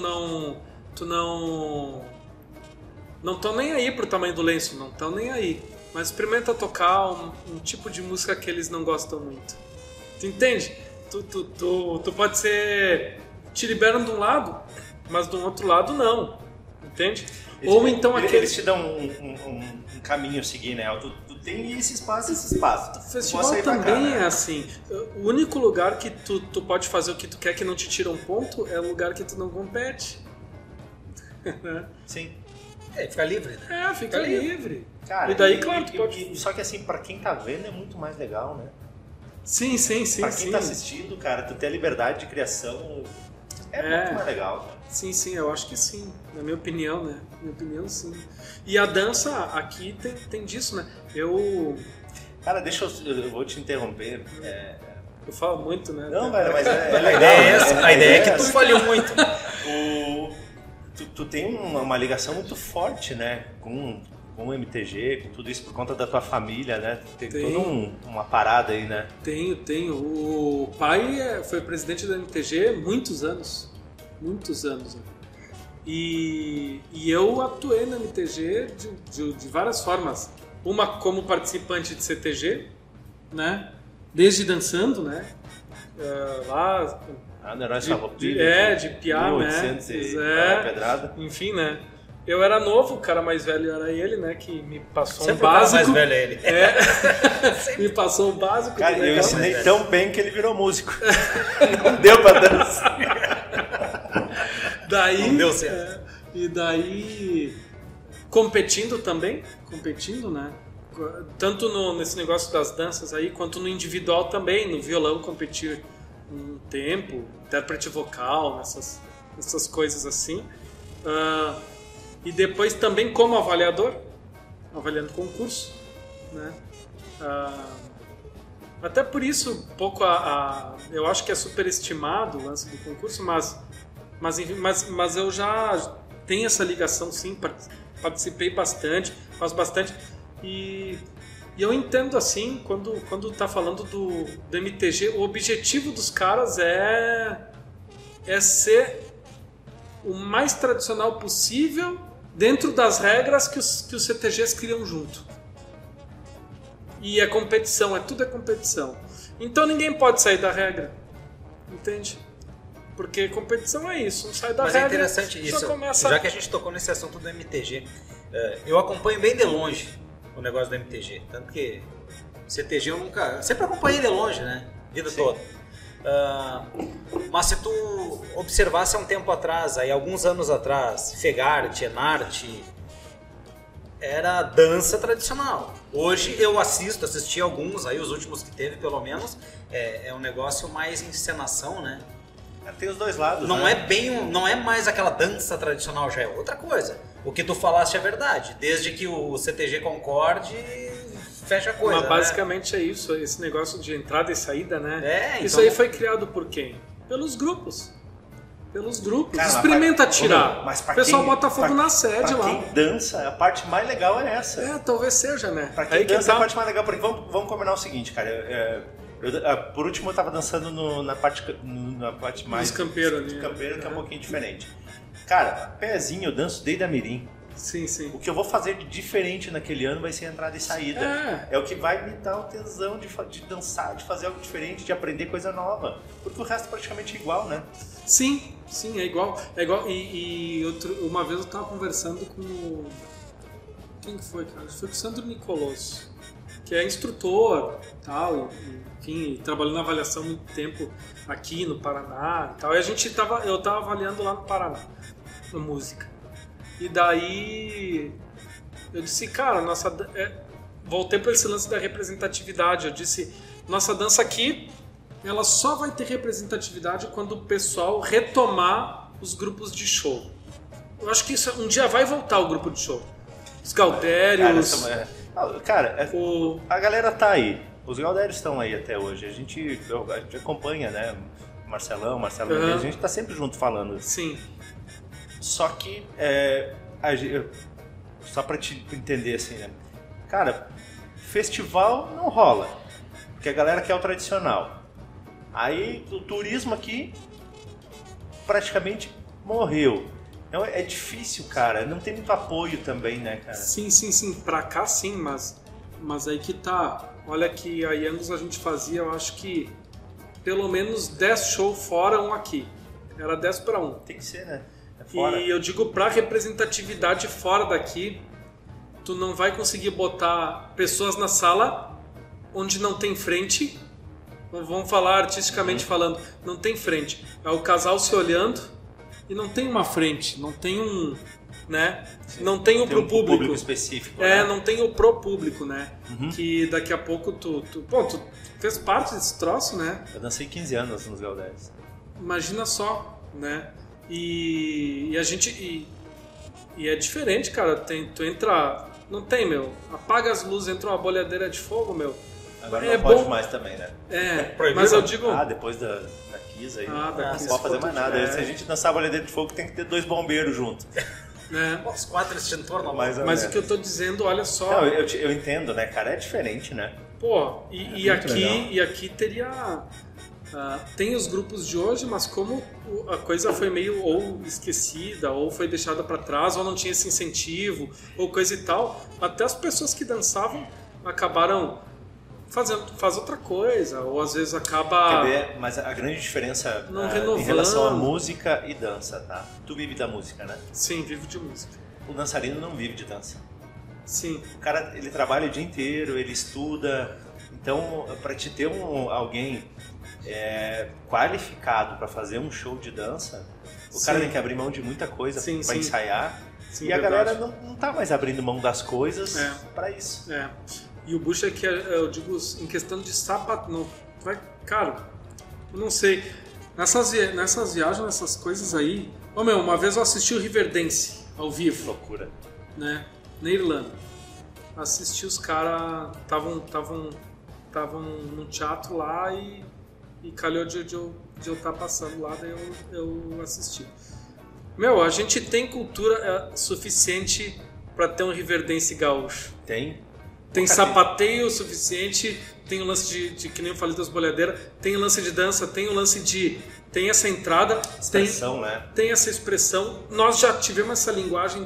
estão nem aí pro tamanho do lenço, não estão nem aí. Mas experimenta tocar um tipo de música que eles não gostam muito. Tu entende? Tu pode ser... Te liberam de um lado, mas do outro lado não. Entende? Ou então eles te dão um caminho a seguir, né? Tu tem esse espaço. O festival também é assim. O único lugar que tu pode fazer o que tu quer que não te tira um ponto é o lugar que tu não compete. Sim. Fica livre, né? Fica livre. Cara, e daí, claro, tu pode... Só que assim, pra quem tá vendo é muito mais legal, né? Sim. Pra quem tá assistindo, cara, tu ter a liberdade de criação muito mais legal. Cara. Sim, eu acho que sim. Na minha opinião, né? Na minha opinião, sim. E a dança aqui tem disso, né? Cara, eu vou te interromper. Eu falo muito, né? Não, velho, mas é legal. A ideia é que tu falhou muito. Tu tem uma ligação muito forte, né, com o MTG, com tudo isso por conta da tua família, né? Tem toda uma parada aí, né? Tenho. O pai foi presidente do MTG muitos anos. Né? E eu atuei no MTG de várias formas. Uma como participante de CTG, né? Desde dançando, né? Lá... no Herói Farroupilha. De piar, né? Pedrada. Enfim, né? Eu era novo, o cara mais velho era ele, né? Que me passou sempre um básico. Sempre o cara mais velho é ele. Me passou o básico. Cara, eu ensinei tão bem que ele virou músico. Não deu pra dançar. Não deu certo. E daí... Competindo, né? Tanto nesse negócio das danças aí, quanto no individual também. No violão competir um tempo, intérprete vocal, essas coisas assim. E depois também como avaliador, avaliando concurso, né? Até por isso, um pouco eu acho que é superestimado o lance do concurso, mas eu já tenho essa ligação, sim, participei bastante, faço bastante, e eu entendo assim, quando tá falando do MTG, o objetivo dos caras é ser o mais tradicional possível dentro das regras que os CTGs criam junto. E é competição, tudo é competição. Então ninguém pode sair da regra, entende? Porque competição é isso, não sai da regra. Mas é interessante isso, já que a gente tocou nesse assunto do MTG, eu acompanho bem de longe o negócio do MTG, tanto que CTG eu sempre acompanhei de longe, né, vida Sim. toda. Mas se tu observasse há um tempo atrás, aí alguns anos atrás, Fegarte, Enarte, era dança tradicional. Hoje eu assisti alguns, aí os últimos que teve pelo menos, é um negócio mais encenação, né? Tem os dois lados, não né? Não é mais aquela dança tradicional, já é outra coisa. O que tu falaste é verdade, desde que o CTG concorde, fecha a coisa. Mas basicamente, né? É isso, esse negócio de entrada e saída, né? Então... Isso aí foi criado por quem? Pelos grupos. pelos grupos. Cara, Experimenta tirar. Mas O pessoal bota fogo na sede lá. Quem dança, a parte mais legal é essa. Talvez seja, né? Pra quem dança é a parte mais legal, porque vamos combinar o seguinte, cara. Por último, eu tava dançando na parte mais... Nos campeiros ali. Campeiro, que é um pouquinho diferente. Cara, pezinho eu danço desde a mirim. Sim, sim. O que eu vou fazer de diferente naquele ano vai ser entrada e saída. É o que vai me dar o tesão de dançar, de fazer algo diferente, de aprender coisa nova. Porque o resto é praticamente igual, né? Sim, é igual. Uma vez eu tava conversando com... Quem que foi, cara? Foi com o Sandro Nicoloso, que é instrutor, tal, enfim, trabalhou na avaliação há muito tempo aqui no Paraná e tal. E eu tava avaliando lá no Paraná, na música. E daí eu disse, cara, voltei para esse lance da representatividade. Eu disse, nossa dança aqui, ela só vai ter representatividade quando o pessoal retomar os grupos de show. Eu acho que um dia vai voltar o grupo de show. Os Gaudérios. A galera tá aí. Os Gaudérios estão aí até hoje. A gente acompanha, né? Marcelo Mendes, a gente tá sempre junto falando. Sim. Só que, só pra te entender assim, né? Cara, festival não rola, porque a galera quer o tradicional. Aí o turismo aqui praticamente morreu. Então é difícil, cara, não tem muito apoio também, né, cara? Sim, pra cá sim, mas aí que tá. Olha que a Angus a gente fazia, eu acho que pelo menos 10 shows fora, um aqui. Era 10 para 1. Tem que ser, né? Fora. E eu digo, pra representatividade fora daqui, tu não vai conseguir botar pessoas na sala onde não tem frente. Vamos falar artisticamente falando, não tem frente. É o casal se olhando e não tem uma frente, não tem um, né? Sim, não tem o pro público específico. Não tem o pro público, né? Que daqui a pouco tu fez parte desse troço, né? Eu dancei 15 anos nos Gaudérios. Imagina só, né? E a gente... E é diferente, cara. Tu entra... Não tem, meu. Apaga as luzes, entra uma bolhadeira de fogo, meu. Agora não pode mais também, né? Mas eu digo... Depois da Kiss aí, da não Kiss pode fazer mais nada. Se a gente dançar bolhadeira de fogo, tem que ter 2 bombeiros junto. Os 4 extintores não. Mas o que eu tô dizendo, olha só... Não, eu entendo, né, cara? É diferente, né? Pô, e aqui teria... tem os grupos de hoje, mas como a coisa foi meio ou esquecida, ou foi deixada para trás, ou não tinha esse incentivo, ou coisa e tal, até as pessoas que dançavam acabaram faz outra coisa, ou às vezes acaba... Mas a grande diferença em relação à música e dança, tá? Tu vive da música, né? Sim, vivo de música. O dançarino não vive de dança. Sim. O cara, ele trabalha o dia inteiro, ele estuda, então para te ter alguém qualificado para fazer um show de dança, o cara tem que abrir mão de muita coisa para ensaiar. Sim, e a galera não tá mais abrindo mão das coisas para isso. E o bucho é que, eu digo, em questão de sapato, não vai, cara, eu não sei. Nessas viagens, nessas coisas aí... uma vez eu assisti o Riverdance ao vivo. Loucura. Né? Na Irlanda. Assisti os caras, estavam num teatro lá e calhou de eu estar passando lá, daí eu assisti. A gente tem cultura suficiente para ter um Riverdance gaúcho. Tem sapateio suficiente, tem o lance de que nem eu falei das bolhadeiras, tem o lance de dança, tem o lance de... Tem essa entrada, expressão, né? Tem essa expressão. Nós já tivemos essa linguagem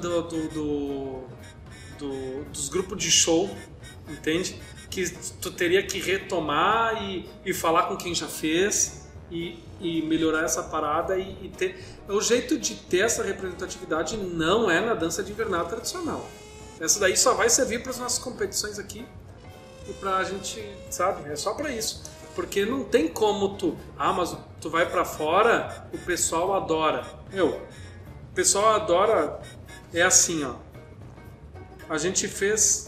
dos grupos de show, entende? Que tu teria que retomar e falar com quem já fez e melhorar essa parada e ter... O jeito de ter essa representatividade não é na dança de invernada tradicional. Essa daí só vai servir para as nossas competições aqui e pra gente, sabe? É só para isso. Porque não tem como mas tu vai para fora, o pessoal adora. O pessoal adora, é assim, ó. A gente fez...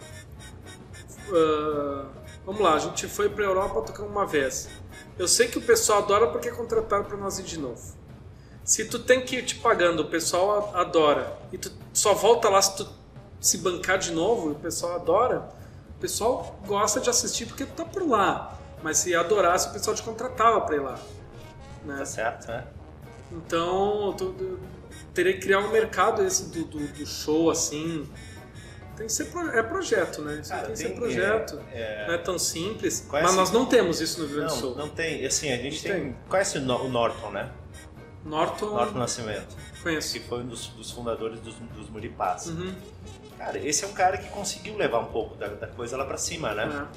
vamos lá, a gente foi pra Europa tocar uma vez. Eu sei que o pessoal adora porque contrataram para nós ir de novo. Se tu tem que ir te pagando, o pessoal adora. E tu só volta lá se tu se bancar de novo, o pessoal adora. O pessoal gosta de assistir porque tu tá por lá. Mas se adorasse, o pessoal te contratava pra ir lá. Né? Tá certo, né? Então, eu teria que criar um mercado esse do show, assim. Tem que ser projeto, né? Isso tem que ser projeto. Não é tão simples. Mas nós não temos isso no Rio Grande do Sul. Não tem. Assim, a gente tem. Conhece o Norton, né? Norton Nascimento. Conheço. Que foi um dos fundadores dos Muripás. Uhum. Cara, esse é um cara que conseguiu levar um pouco da coisa lá pra cima, né?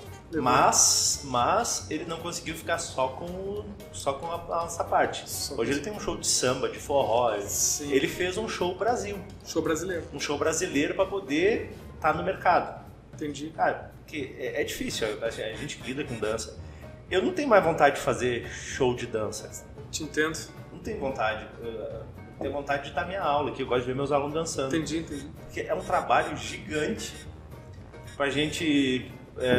Mas ele não conseguiu ficar só com essa parte. Hoje ele tem um show de samba, de forró. Sim. Ele fez um show Brasil. Show brasileiro. Um show brasileiro pra poder estar no mercado. Entendi. Cara, porque é difícil. A gente que lida com dança. Eu não tenho mais vontade de fazer show de dança. Te entendo. Não tenho vontade. Tenho vontade de dar minha aula, que eu gosto de ver meus alunos dançando. Entendi. Porque é um trabalho gigante pra gente...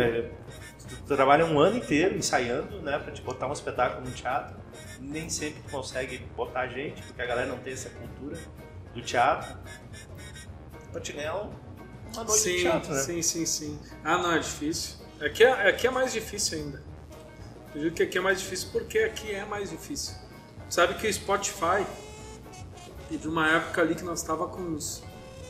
Tu trabalha um ano inteiro ensaiando, né, pra te botar um espetáculo no teatro. Nem sempre tu consegue botar gente, porque a galera não tem essa cultura do teatro. Pra te ganhar uma noite de teatro, né? Sim. Ah, não, é difícil. Aqui é mais difícil ainda. Eu digo que aqui é mais difícil porque aqui é mais difícil. Sabe que o Spotify, teve uma época ali que nós tava com uns...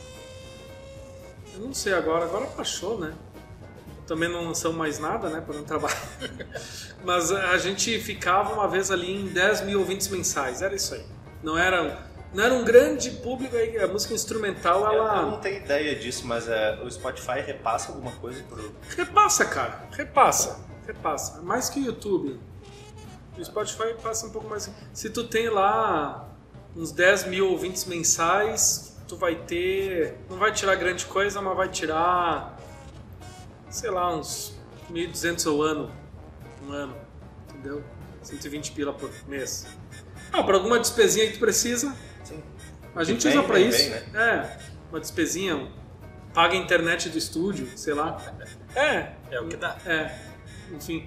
Eu não sei agora baixou, né? Também não lançamos mais nada, né, para não trabalhar. Mas a gente ficava uma vez ali em 10 mil ouvintes mensais, era isso aí. Não era um grande público, a música instrumental, ela... Eu não tenho ideia disso, mas o Spotify repassa alguma coisa pro... Repassa, cara, repassa. É mais que o YouTube. O Spotify passa um pouco mais... Se tu tem lá uns 10 mil ouvintes mensais, tu vai ter... Não vai tirar grande coisa, mas vai tirar... sei lá, uns 1.200 ao ano, um ano, entendeu? 120 pila por mês. Para alguma despesinha que tu precisa, Sim. A gente usa pra isso. Né? Uma despesinha, paga a internet do estúdio, sei lá. É o que dá. Enfim.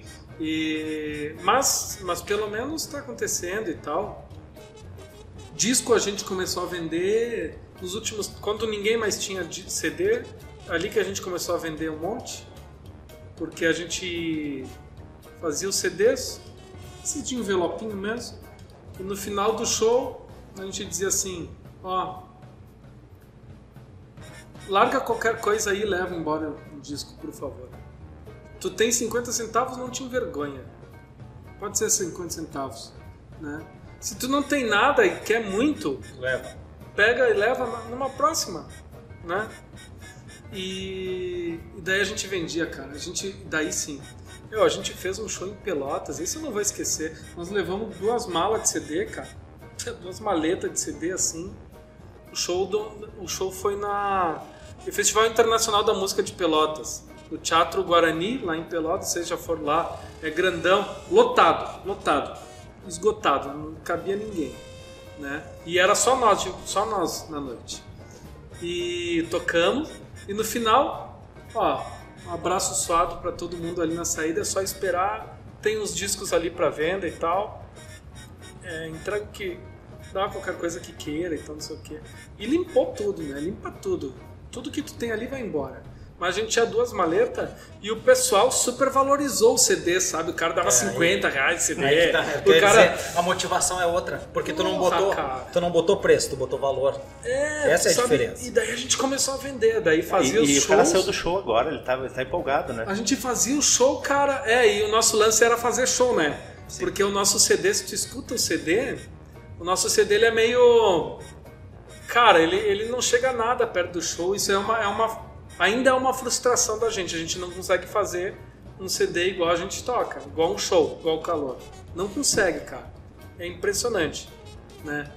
Mas pelo menos está acontecendo e tal. Disco a gente começou a vender nos últimos... Quando ninguém mais tinha CD, ali que a gente começou a vender um monte. Porque a gente fazia os CDs, assim de envelopinho mesmo, e no final do show a gente dizia assim, larga qualquer coisa aí e leva embora o disco, por favor. Tu tem 50 centavos, não te envergonha. Pode ser 50 centavos, né? Se tu não tem nada e quer muito, pega e leva numa próxima, né? E daí a gente vendia, cara. Daí sim. A gente fez um show em Pelotas, isso eu não vou esquecer. Nós levamos 2 malas de CD, cara. 2 maletas de CD, assim. O show foi no Festival Internacional da Música de Pelotas. No Teatro Guarani, lá em Pelotas. Vocês já foram lá. É grandão. Lotado. Esgotado. Não cabia ninguém, né? E era só nós na noite. E tocamos. E no final, um abraço suado para todo mundo ali na saída, é só esperar, tem uns discos ali para venda e tal, entrega o que dá, qualquer coisa que queira e tal, não sei o que. E limpou tudo, né? Limpa tudo. Tudo que tu tem ali vai embora. Mas a gente tinha 2 maletas e o pessoal super valorizou o CD, sabe? O cara dava 50 reais de CD. A motivação é outra, porque tu não botou preço, tu botou valor. Essa é a diferença. E daí a gente começou a vender, daí fazia os shows. E o cara saiu do show agora, ele tá empolgado, né? A gente fazia o show, cara, e o nosso lance era fazer show, né? Sim. Porque o nosso CD, se tu escuta o CD, o nosso CD ele é meio... Cara, ele não chega a nada perto do show, isso ainda é uma frustração da gente. A gente não consegue fazer um CD igual a gente toca, igual um show, igual o Calor. Não consegue, cara. É impressionante, né?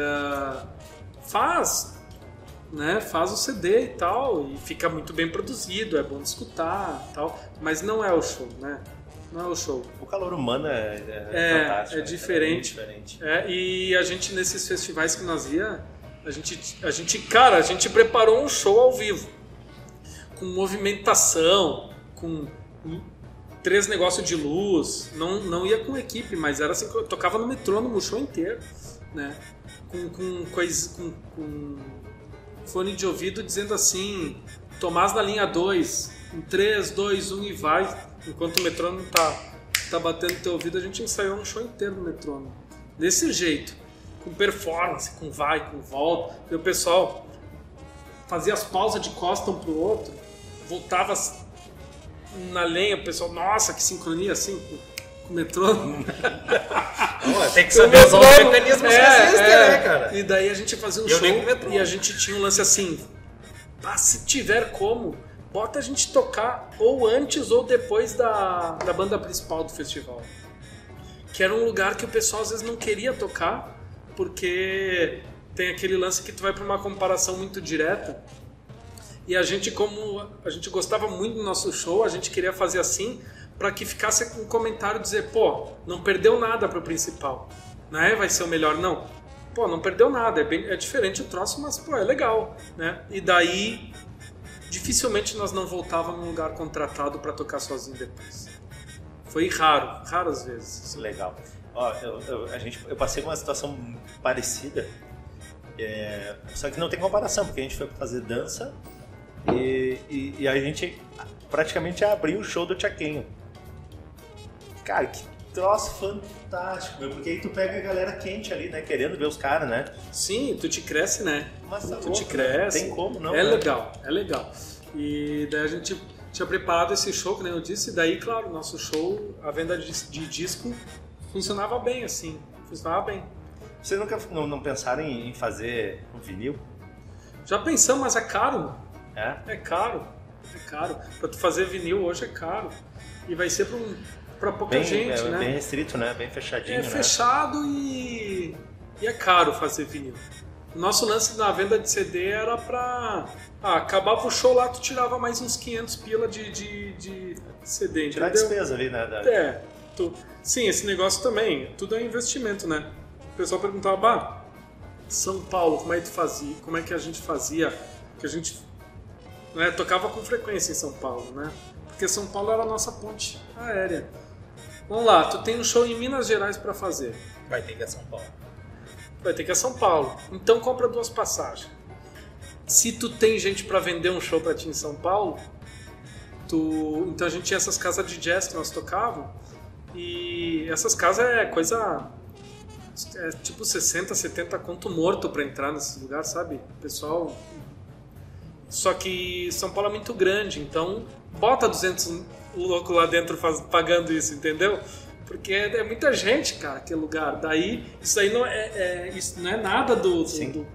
Faz o CD e tal, e fica muito bem produzido, é bom de escutar e tal, mas não é o show, né? Não é o show. O calor humano é fantástico. É diferente. E a gente, nesses festivais que nós ia, a gente preparou um show ao vivo. Com movimentação, com 3 negócios de luz, não ia com equipe, mas era assim, eu tocava no metrônomo o show inteiro, né? Com fone de ouvido dizendo assim, Tomás na linha 2, em 3, 2, 1 e vai, enquanto o metrônomo tá batendo no teu ouvido, a gente ensaiou um show inteiro no metrônomo, desse jeito. com performance, com vai, com volta. E o pessoal fazia as pausas de costa um pro outro, voltava na lenha, o pessoal, nossa, que sincronia assim com o metrô. Tem que saber usar os mecanismos que existem, né, cara? E daí a gente fazia um show e a gente tinha um lance assim, se tiver como, bota a gente tocar ou antes ou depois da banda principal do festival. Que era um lugar que o pessoal às vezes não queria tocar, porque tem aquele lance que tu vai para uma comparação muito direta. E a gente, como a gente gostava muito do nosso show, a gente queria fazer assim, para que ficasse um comentário dizer, pô, não perdeu nada pro principal, né? Vai ser o melhor, não. Pô, não perdeu nada, é diferente o troço, mas pô, é legal, né? E daí, dificilmente nós não voltávamos num lugar contratado para tocar sozinho depois. Foi raras vezes. Legal. Ó, eu passei uma situação parecida, só que não tem comparação, porque a gente foi fazer dança e a gente praticamente abriu o show do Tchaquinho. Cara, que troço fantástico, meu, porque aí tu pega a galera quente ali, né, querendo ver os caras, né? Sim, tu te cresce, né? Mas tu te cresce. Tem como, não? É legal. E daí a gente tinha preparado esse show, que nem eu disse, e daí, claro, nosso show, a venda de disco funcionava bem, assim, funcionava bem. Vocês nunca não pensaram em fazer um vinil? Já pensamos, mas é caro. É? É caro. Pra tu fazer vinil hoje é caro. E vai ser pra pouca gente, né? Bem restrito, né? Bem fechadinho, né? É fechado e é caro fazer vinil. O nosso lance na venda de CD era pra... acabava o show lá, tu tirava mais uns 500 pila de CD, tirar a entendeu? despesa ali, né? Sim, esse negócio também, tudo é investimento, né? O pessoal perguntava, São Paulo, como é que a gente fazia? Que a gente tocava com frequência em São Paulo, né? Porque São Paulo era a nossa ponte aérea. Vamos lá, tu tem um show em Minas Gerais pra fazer. Vai ter que ir a São Paulo. Vai ter que ir a São Paulo. Então compra 2 passagens. Se tu tem gente pra vender um show pra ti em São Paulo, então a gente tinha essas casas de jazz que nós tocávamos. E essas casas tipo 60, 70 conto morto pra entrar nesses lugares, sabe? Pessoal... Só que São Paulo é muito grande, então bota 200 louco lá dentro pagando isso, entendeu? Porque é muita gente, cara, aquele lugar. Daí, isso aí isso não é nada do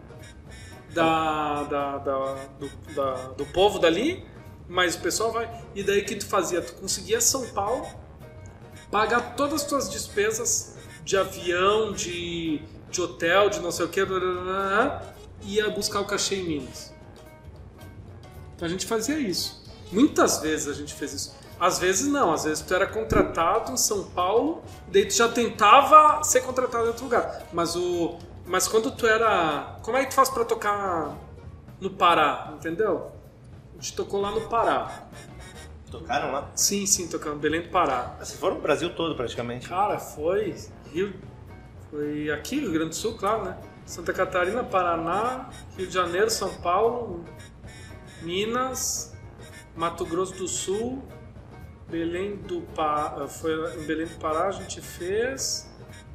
povo dali, mas o pessoal vai. E daí o que tu fazia? Tu conseguia São Paulo, pagar todas as tuas despesas de avião, de hotel, de não sei o que, e ia buscar o cachê em Minas. Então a gente fazia isso. Muitas vezes a gente fez isso. Às vezes não, às vezes tu era contratado em São Paulo, daí tu já tentava ser contratado em outro lugar. Mas quando tu era... Como é que tu faz pra tocar no Pará, entendeu? A gente tocou lá no Pará. Tocaram lá? Sim, tocamos em Belém do Pará. Vocês foram no Brasil todo praticamente. Cara, foi aqui, Rio Grande do Sul, claro, né? Santa Catarina, Paraná, Rio de Janeiro, São Paulo, Minas, Mato Grosso do Sul, Belém do Pará. Foi em Belém do Pará, a gente fez.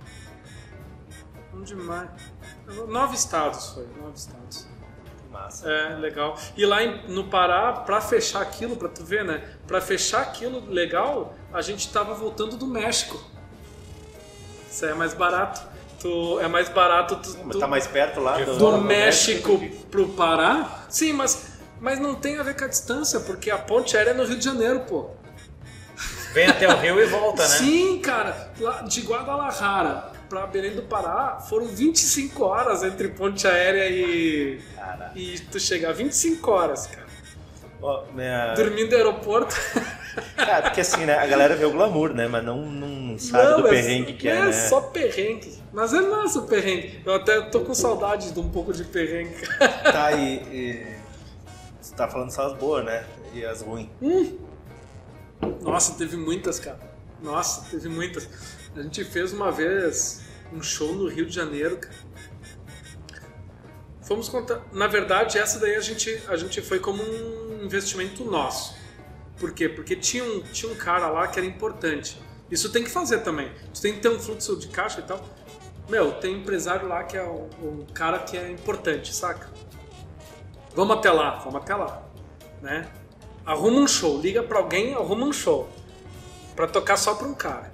Onde mais? 9 estados foi, 9 estados. Massa. É, legal. E lá no Pará, pra fechar aquilo, pra tu ver, né? Pra fechar aquilo legal, a gente tava voltando do México. Isso aí é mais barato. É mais barato. Mas tá mais perto lá do México pro Pará? Sim, mas não tem a ver com a distância, porque a ponte aérea é no Rio de Janeiro, pô. Vem até o Rio e volta, né? Sim, cara. Lá de Guadalajara pra Belém do Pará foram 25 horas entre ponte aérea e tu chegar. 25 horas, cara. Dormindo no aeroporto. Cara, porque assim, né? A galera vê o glamour, né? Mas não sabe do perrengue que é, né? É só perrengue. Mas é massa o perrengue. Eu até tô com saudade de um pouco de perrengue. Tá, e você tá falando só as boas, né? E as ruins. Nossa, teve muitas, cara. Nossa, teve muitas. A gente fez uma vez um show no Rio de Janeiro, cara. Fomos contar. Na verdade, essa daí a gente foi como um investimento nosso. Por quê? Porque tinha um cara lá que era importante. Isso tem que fazer também. Tu tem que ter um fluxo de caixa e tal. Meu, tem um empresário lá que é o cara que é importante, saca? Vamos até lá, né? Arruma um show, liga pra alguém, arruma um show. Pra tocar só pra um cara.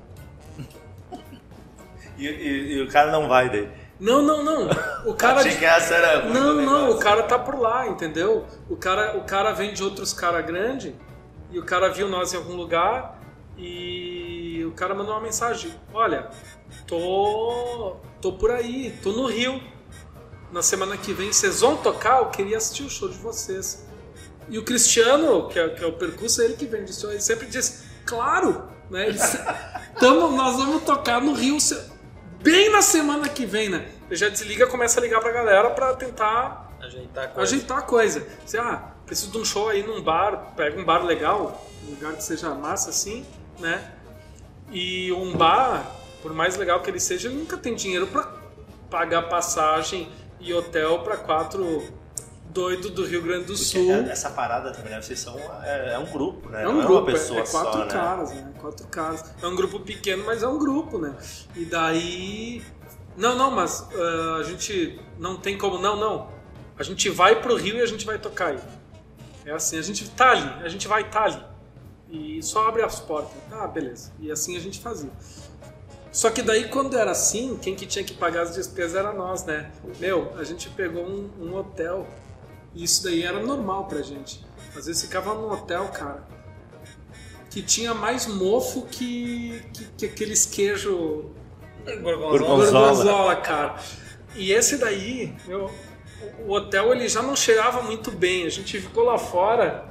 E o cara não vai daí. Não. O cara. Achei que essa era Não, o cara tá por lá, entendeu? O cara vem de outros caras grandes e o cara viu nós em algum lugar e o cara mandou uma mensagem: olha, tô por aí, tô no Rio. Na semana que vem vocês vão tocar? Eu queria assistir o show de vocês. E o Cristiano, que é o percurso, é ele que vende isso, ele sempre diz: claro, né? Nós vamos tocar no Rio bem na semana que vem, né? Ele já desliga, começa a ligar pra galera pra tentar ajeitar a coisa. Você, preciso de um show aí num bar, pega um bar legal, um lugar que seja massa assim, né? E um bar, por mais legal que ele seja, ele nunca tem dinheiro pra pagar passagem e hotel pra 4 doidos do Rio Grande do Sul. Essa parada também, né? Vocês são é um grupo, né? É um não grupo, é uma pessoa é 4 só, caras, né? 4 caras. É um grupo pequeno, mas é um grupo, né? E daí... Não, mas a gente não tem como... Não. A gente vai pro Rio e a gente vai tocar aí. É assim, a gente vai estar ali. E só abre as portas. Beleza. E assim a gente fazia. Só que daí, quando era assim, quem que tinha que pagar as despesas era nós, né? A gente pegou um hotel. E isso daí era normal pra gente. Às vezes ficava num hotel, cara, que tinha mais mofo que aqueles queijo gorgonzola, cara. E esse daí, o hotel ele já não cheirava muito bem. A gente ficou lá fora,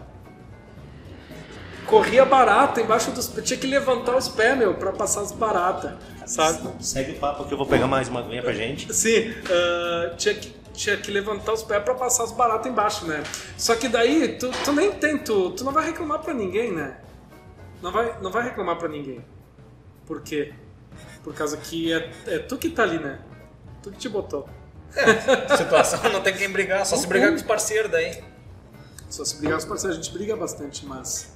corria barata embaixo dos pés. Tinha que levantar os pés, pra passar as baratas, sabe? Segue o papo que eu vou pegar mais uma aguinha pra gente. Sim, tinha que levantar os pés pra passar as baratas embaixo, né? Só que daí, tu nem tem, tu não vai reclamar pra ninguém, né? Não vai reclamar pra ninguém. Por quê? Por causa que é tu que tá ali, né? Tu que te botou. Situação, não tem quem brigar, só se brigar com os parceiros daí. Só se brigar com os parceiros, a gente briga bastante, mas...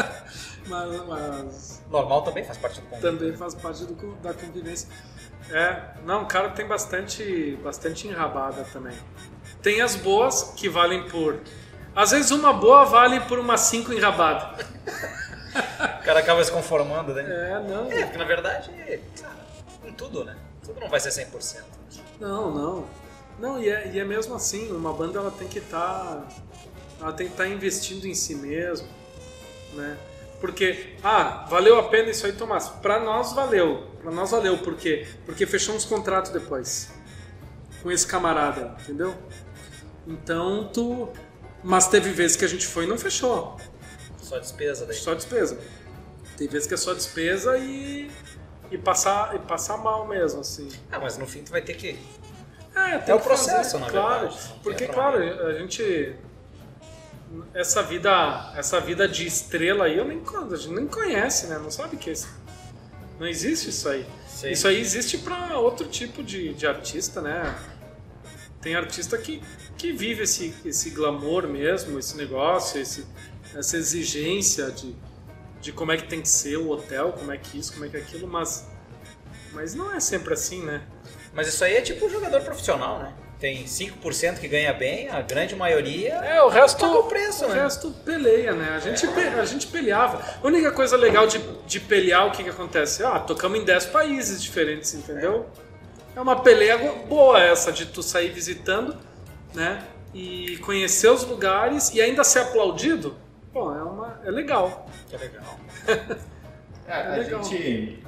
mas... Normal também faz parte do convívio. Também faz parte da convivência. Não, o cara tem bastante enrabada também. Tem as boas que valem por... Às vezes uma boa vale por umas 5 enrabadas. O cara acaba se conformando, né? Não. Porque na verdade, cara, em tudo, né? Tudo não vai ser 100%. Não, e é mesmo assim, uma banda ela tem que estar investindo em si mesmo, né? Porque, valeu a pena isso aí, Tomás. Pra nós valeu. Por quê? Porque fechou uns contratos depois com esse camarada, entendeu? Então mas teve vezes que a gente foi e não fechou. Só despesa daí. Só despesa. Tem vezes que é só despesa e passar mal mesmo, assim. Mas no fim tu vai ter que... tem o processo, fazer, na claro. verdade. Porque, claro, a gente... Essa vida de estrela aí, a gente nem conhece, né? Não sabe o que é isso. Não existe isso aí. Sim. Isso aí existe para outro tipo de artista, né? Tem artista que vive esse glamour mesmo, esse negócio, essa exigência de como é que tem que ser o hotel, como é que isso, como é que aquilo, mas não é sempre assim, né? Mas isso aí é tipo um jogador profissional, né? Tem 5% que ganha bem, a grande maioria o resto paga o preço, o né? resto peleia, né? A gente peleava. A única coisa legal de pelear, o que acontece? Tocamos em 10 países diferentes, entendeu? É uma peleia boa essa, de tu sair visitando, né? E conhecer os lugares e ainda ser aplaudido. Pô, é legal. É legal. A legal. gente...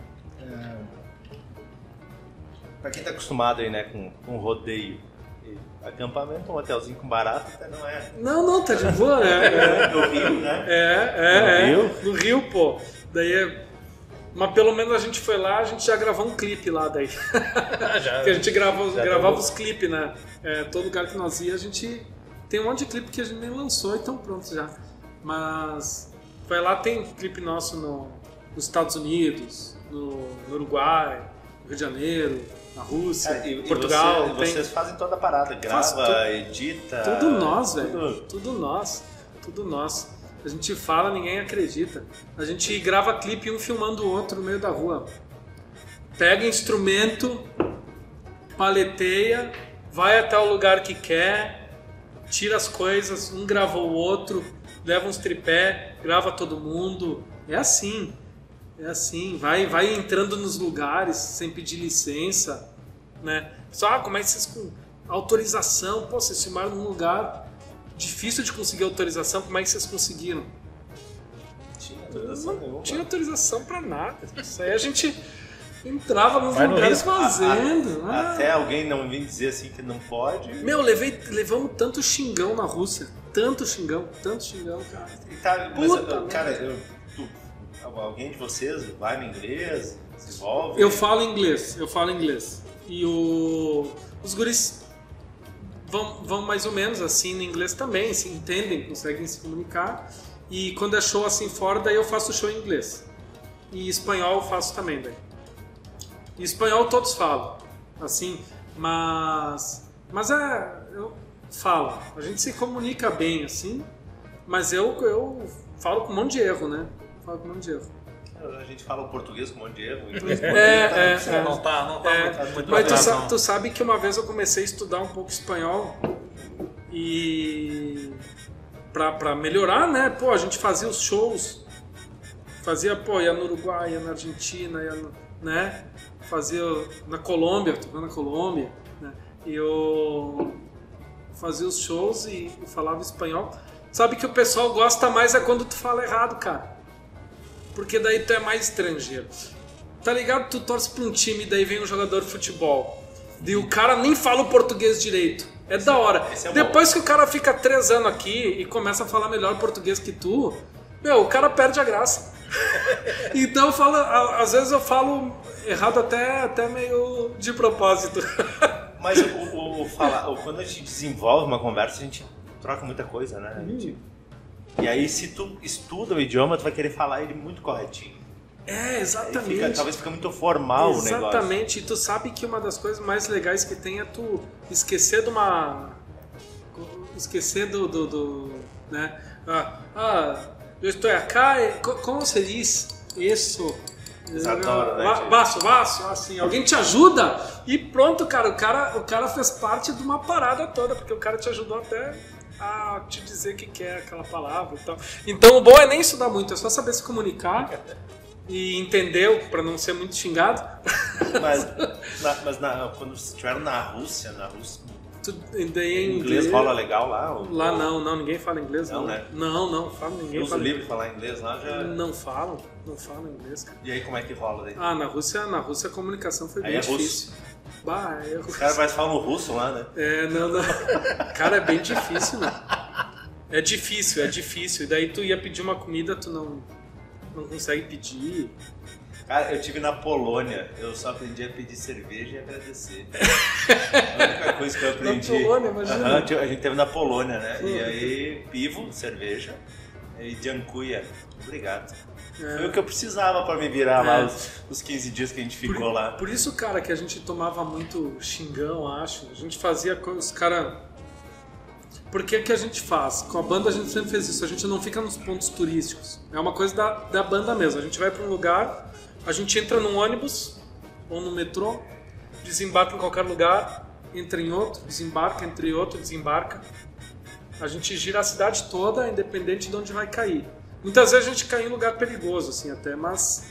Pra quem tá acostumado aí, né, com rodeio, acampamento, um hotelzinho com barato, até não é. Não, tá de boa, né? No Rio, né? No Rio, pô. Daí mas pelo menos a gente foi lá, a gente já gravou um clipe lá daí. Porque a gente gravava os clipes, né? Todo lugar que nós ia, a gente... Tem um monte de clipe que a gente nem lançou, então pronto já. Mas foi lá, tem clipe nosso nos Estados Unidos, no Uruguai, no Rio de Janeiro, na Rússia, Portugal. Vocês fazem toda a parada, grava, edita... Tudo nós, velho. Tudo nós. A gente fala, ninguém acredita. A gente grava clipe um filmando o outro no meio da rua. Pega instrumento, paleteia, vai até o lugar que quer, tira as coisas, um grava o outro, leva uns tripé, grava todo mundo. É assim, vai entrando nos lugares sem pedir licença, né? Só como é que vocês com autorização, pô, vocês filmaram num lugar difícil de conseguir autorização, como é que vocês conseguiram? Não tinha autorização pra nada. Isso aí a gente entrava nos lugares fazendo. Até alguém não vir dizer assim que não pode. Meu, levamos tanto xingão na Rússia. Tanto xingão, cara. Tá, mas, cara, alguém de vocês vai no inglês? Desenvolve? Eu falo inglês. E os guris vão mais ou menos assim no inglês também, se entendem, conseguem se comunicar. E quando é show assim fora, daí eu faço show em inglês. E espanhol eu faço também, daí. E espanhol todos falam, assim, mas eu falo. A gente se comunica bem, assim, mas eu falo com um monte de erro, né? A gente fala o português com um monte de erro. Não tá muito mas tu sabe que uma vez eu comecei a estudar um pouco espanhol e pra melhorar, né? Pô, a gente fazia os shows, ia no Uruguai, ia na Argentina, né? Fazia na Colômbia, tocando na Colômbia, né? E eu fazia os shows e falava espanhol. Sabe que o pessoal gosta mais é quando tu fala errado, cara. Porque daí tu é mais estrangeiro. Tá ligado? Tu torce pra um time e daí vem um jogador de futebol. E o cara nem fala o português direito. É da hora. Depois que o cara fica 3 anos aqui e começa a falar melhor português que tu, meu, o cara perde a graça. Então eu falo, às vezes eu falo errado até meio de propósito. Mas quando a gente desenvolve uma conversa, a gente troca muita coisa, né? E aí, se tu estuda o idioma, tu vai querer falar ele muito corretinho. Exatamente. Talvez fica muito formal o negócio. Exatamente. E tu sabe que uma das coisas mais legais que tem é tu esquecer de uma... Esquecer do né? Eu estou aqui, como se diz isso? Adoro, né? Baço, assim, alguém te ajuda e pronto, cara, o cara fez parte de uma parada toda, porque o cara te ajudou até a te dizer que quer aquela palavra e tal. Então o bom é nem estudar muito, é só saber se comunicar e entender para não ser muito xingado. Mas quando estiveram na Rússia, inglês rola legal lá? Lá não, ninguém fala inglês. Não, né? Não, fala ninguém. Uso livre falar inglês lá já... Não falam inglês, cara. E aí como é que rola daí? Na Rússia a comunicação foi bem difícil. Os caras mais falam russo lá, né? Não. Cara, é bem difícil, né? É difícil. E daí tu ia pedir uma comida, tu não consegue pedir. Cara, eu estive na Polônia, eu só aprendi a pedir cerveja e agradecer. A única coisa que eu aprendi... Na Polônia, imagina. A gente esteve na Polônia, né? E aí, pivo, cerveja e dziękuję. Obrigado. Foi o que eu precisava para me virar lá os 15 dias que a gente ficou lá. Por isso, cara, que a gente tomava muito xingão, acho. A gente fazia os caras... Por que a gente faz? Com a banda a gente sempre fez isso. A gente não fica nos pontos turísticos. É uma coisa da banda mesmo. A gente vai para um lugar, a gente entra num ônibus ou no metrô, desembarca em qualquer lugar, entra em outro, desembarca, entra em outro, desembarca. A gente gira a cidade toda, independente de onde vai cair. Muitas vezes a gente cai em lugar perigoso, assim, até, mas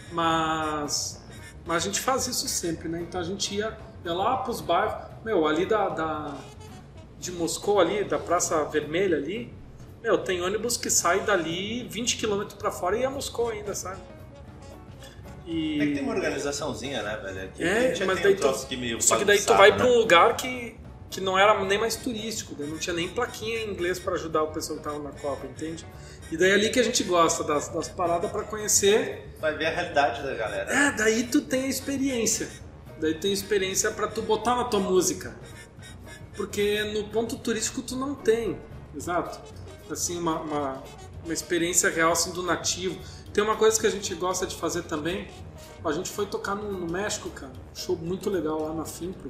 a gente faz isso sempre, né? Então a gente ia lá pros bairros, ali de Moscou ali, da Praça Vermelha ali, tem ônibus que sai dali 20 km pra fora e é Moscou ainda, sabe? É que tem uma organizaçãozinha, né, velho? Mas daí só que daí tu vai pra um lugar que não era nem mais turístico, não tinha nem plaquinha em inglês para ajudar o pessoal que tava na Copa, entende? E daí é ali que a gente gosta das paradas para conhecer. Vai ver a realidade da galera. Daí tu tem a experiência. Daí tem experiência para tu botar na tua música. Porque no ponto turístico tu não tem, exato? Assim, uma experiência real assim, do nativo. Tem uma coisa que a gente gosta de fazer também. A gente foi tocar no México, cara. Um show muito legal lá na Fimpro.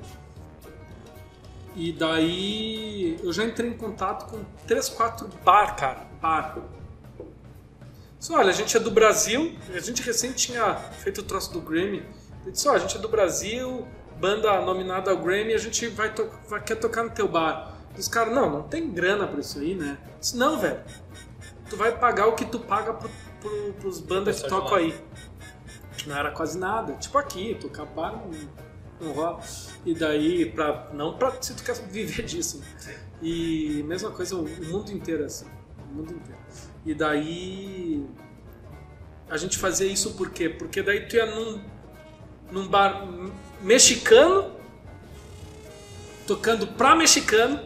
E daí eu já entrei em contato com 3, 4 bar. Só, olha, a gente é do Brasil, a gente recém tinha feito o troço do Grammy. Eu disse, a gente é do Brasil, banda nominada ao Grammy, a gente quer tocar no teu bar. Os caras, não tem grana pra isso aí, né? Eu disse, não, velho. Tu vai pagar o que tu paga pros bandas que tocam aí. Não era quase nada. Tipo aqui, tocar bar não rola. E daí, se tu quer viver disso. Né? E mesma coisa, o mundo inteiro assim. O mundo inteiro. E daí a gente fazia isso por quê? Porque daí tu ia num bar mexicano, tocando pra mexicano,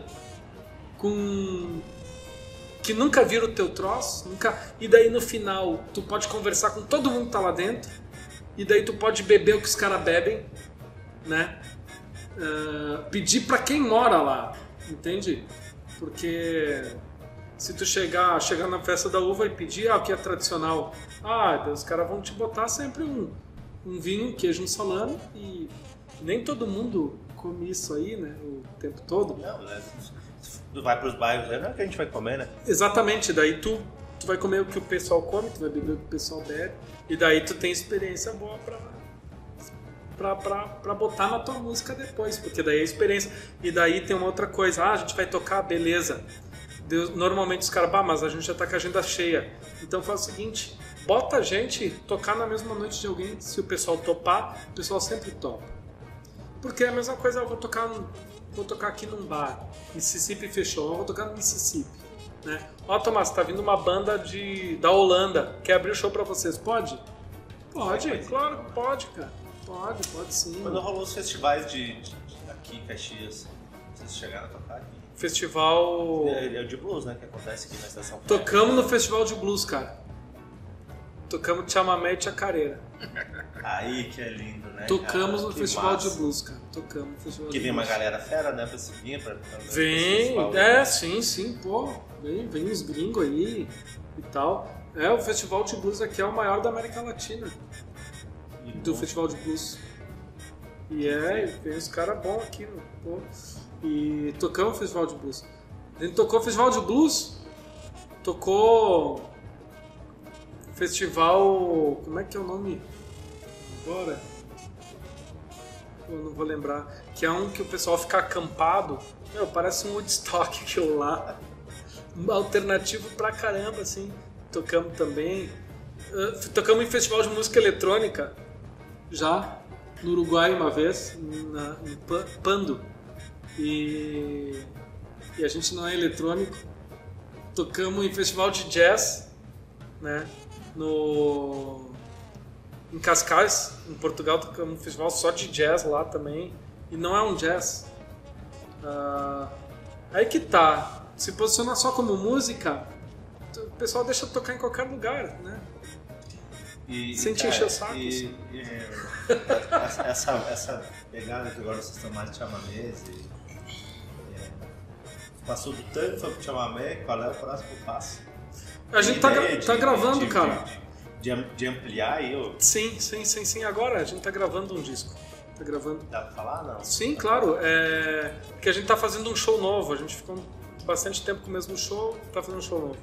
que nunca viram o teu troço, e daí no final tu pode conversar com todo mundo que tá lá dentro, e daí tu pode beber o que os caras bebem, né? Pedir pra quem mora lá, entende? Porque se tu chegar na festa da uva e pedir o que é tradicional, os caras vão te botar sempre um vinho, um queijo, um salame, e nem todo mundo come isso aí, né, o tempo todo. Não, né? Tu vai pros bairros, não é o que a gente vai comer, né? Exatamente, daí tu vai comer o que o pessoal come, tu vai beber o que o pessoal bebe, e daí tu tem experiência boa pra botar na tua música depois, porque daí é experiência. E daí tem uma outra coisa, a gente vai tocar, beleza. Normalmente os caras, mas a gente já tá com a agenda cheia. Então faz o seguinte, bota a gente tocar na mesma noite de alguém, se o pessoal topar, o pessoal sempre topa. Porque é a mesma coisa, eu vou tocar aqui num bar, Mississippi fechou, eu vou tocar no Mississippi, né? Tomás, tá vindo uma banda da Holanda, quer abrir o show pra vocês, pode? Pode, claro que pode, cara. Pode sim. Quando rolou os festivais aqui em Caxias, vocês chegaram a tocar aqui? Festival... É o de blues, né, que acontece aqui na Estação Praia. Tocamos no festival de blues, cara. Tocamos Chamamé e Chacareira. Aí que é lindo, né? Tocamos no festival massa. de blues, cara. Tocamos no festival que de vem blues. uma galera fera, né, pra vir pra vem, sim, pô. Vem uns gringos aí e tal. O festival de blues aqui é o maior da América Latina. Do festival de blues. E vem uns caras bons aqui, pô. E tocamos o festival de blues. A gente tocou o festival de blues, tocou festival... Como é que é o nome? Agora? Eu não vou lembrar. Que é um que o pessoal fica acampado. Parece um Woodstock aquilo lá. Um alternativo pra caramba, assim. Tocamos também. Tocamos em festival de música eletrônica. Já. No Uruguai uma vez. Em Pando. E a gente não é eletrônico. Tocamos em festival de jazz, né? Em Cascais, em Portugal, tocamos um festival só de jazz lá também. E não é um jazz. Aí que tá. Se posicionar só como música, o pessoal deixa tocar em qualquer lugar, né? Sem te encher o saco. Essa pegada que agora vocês estão mais de chamamês passou do tango, foi pro chamamé, qual é o próximo passo? A gente tá gravando, cara. De ampliar aí? Sim. Agora a gente tá gravando um disco. Tá gravando. Dá pra falar, não? Sim, claro. Porque a gente tá fazendo um show novo. A gente ficou bastante tempo com o mesmo show, tá fazendo um show novo.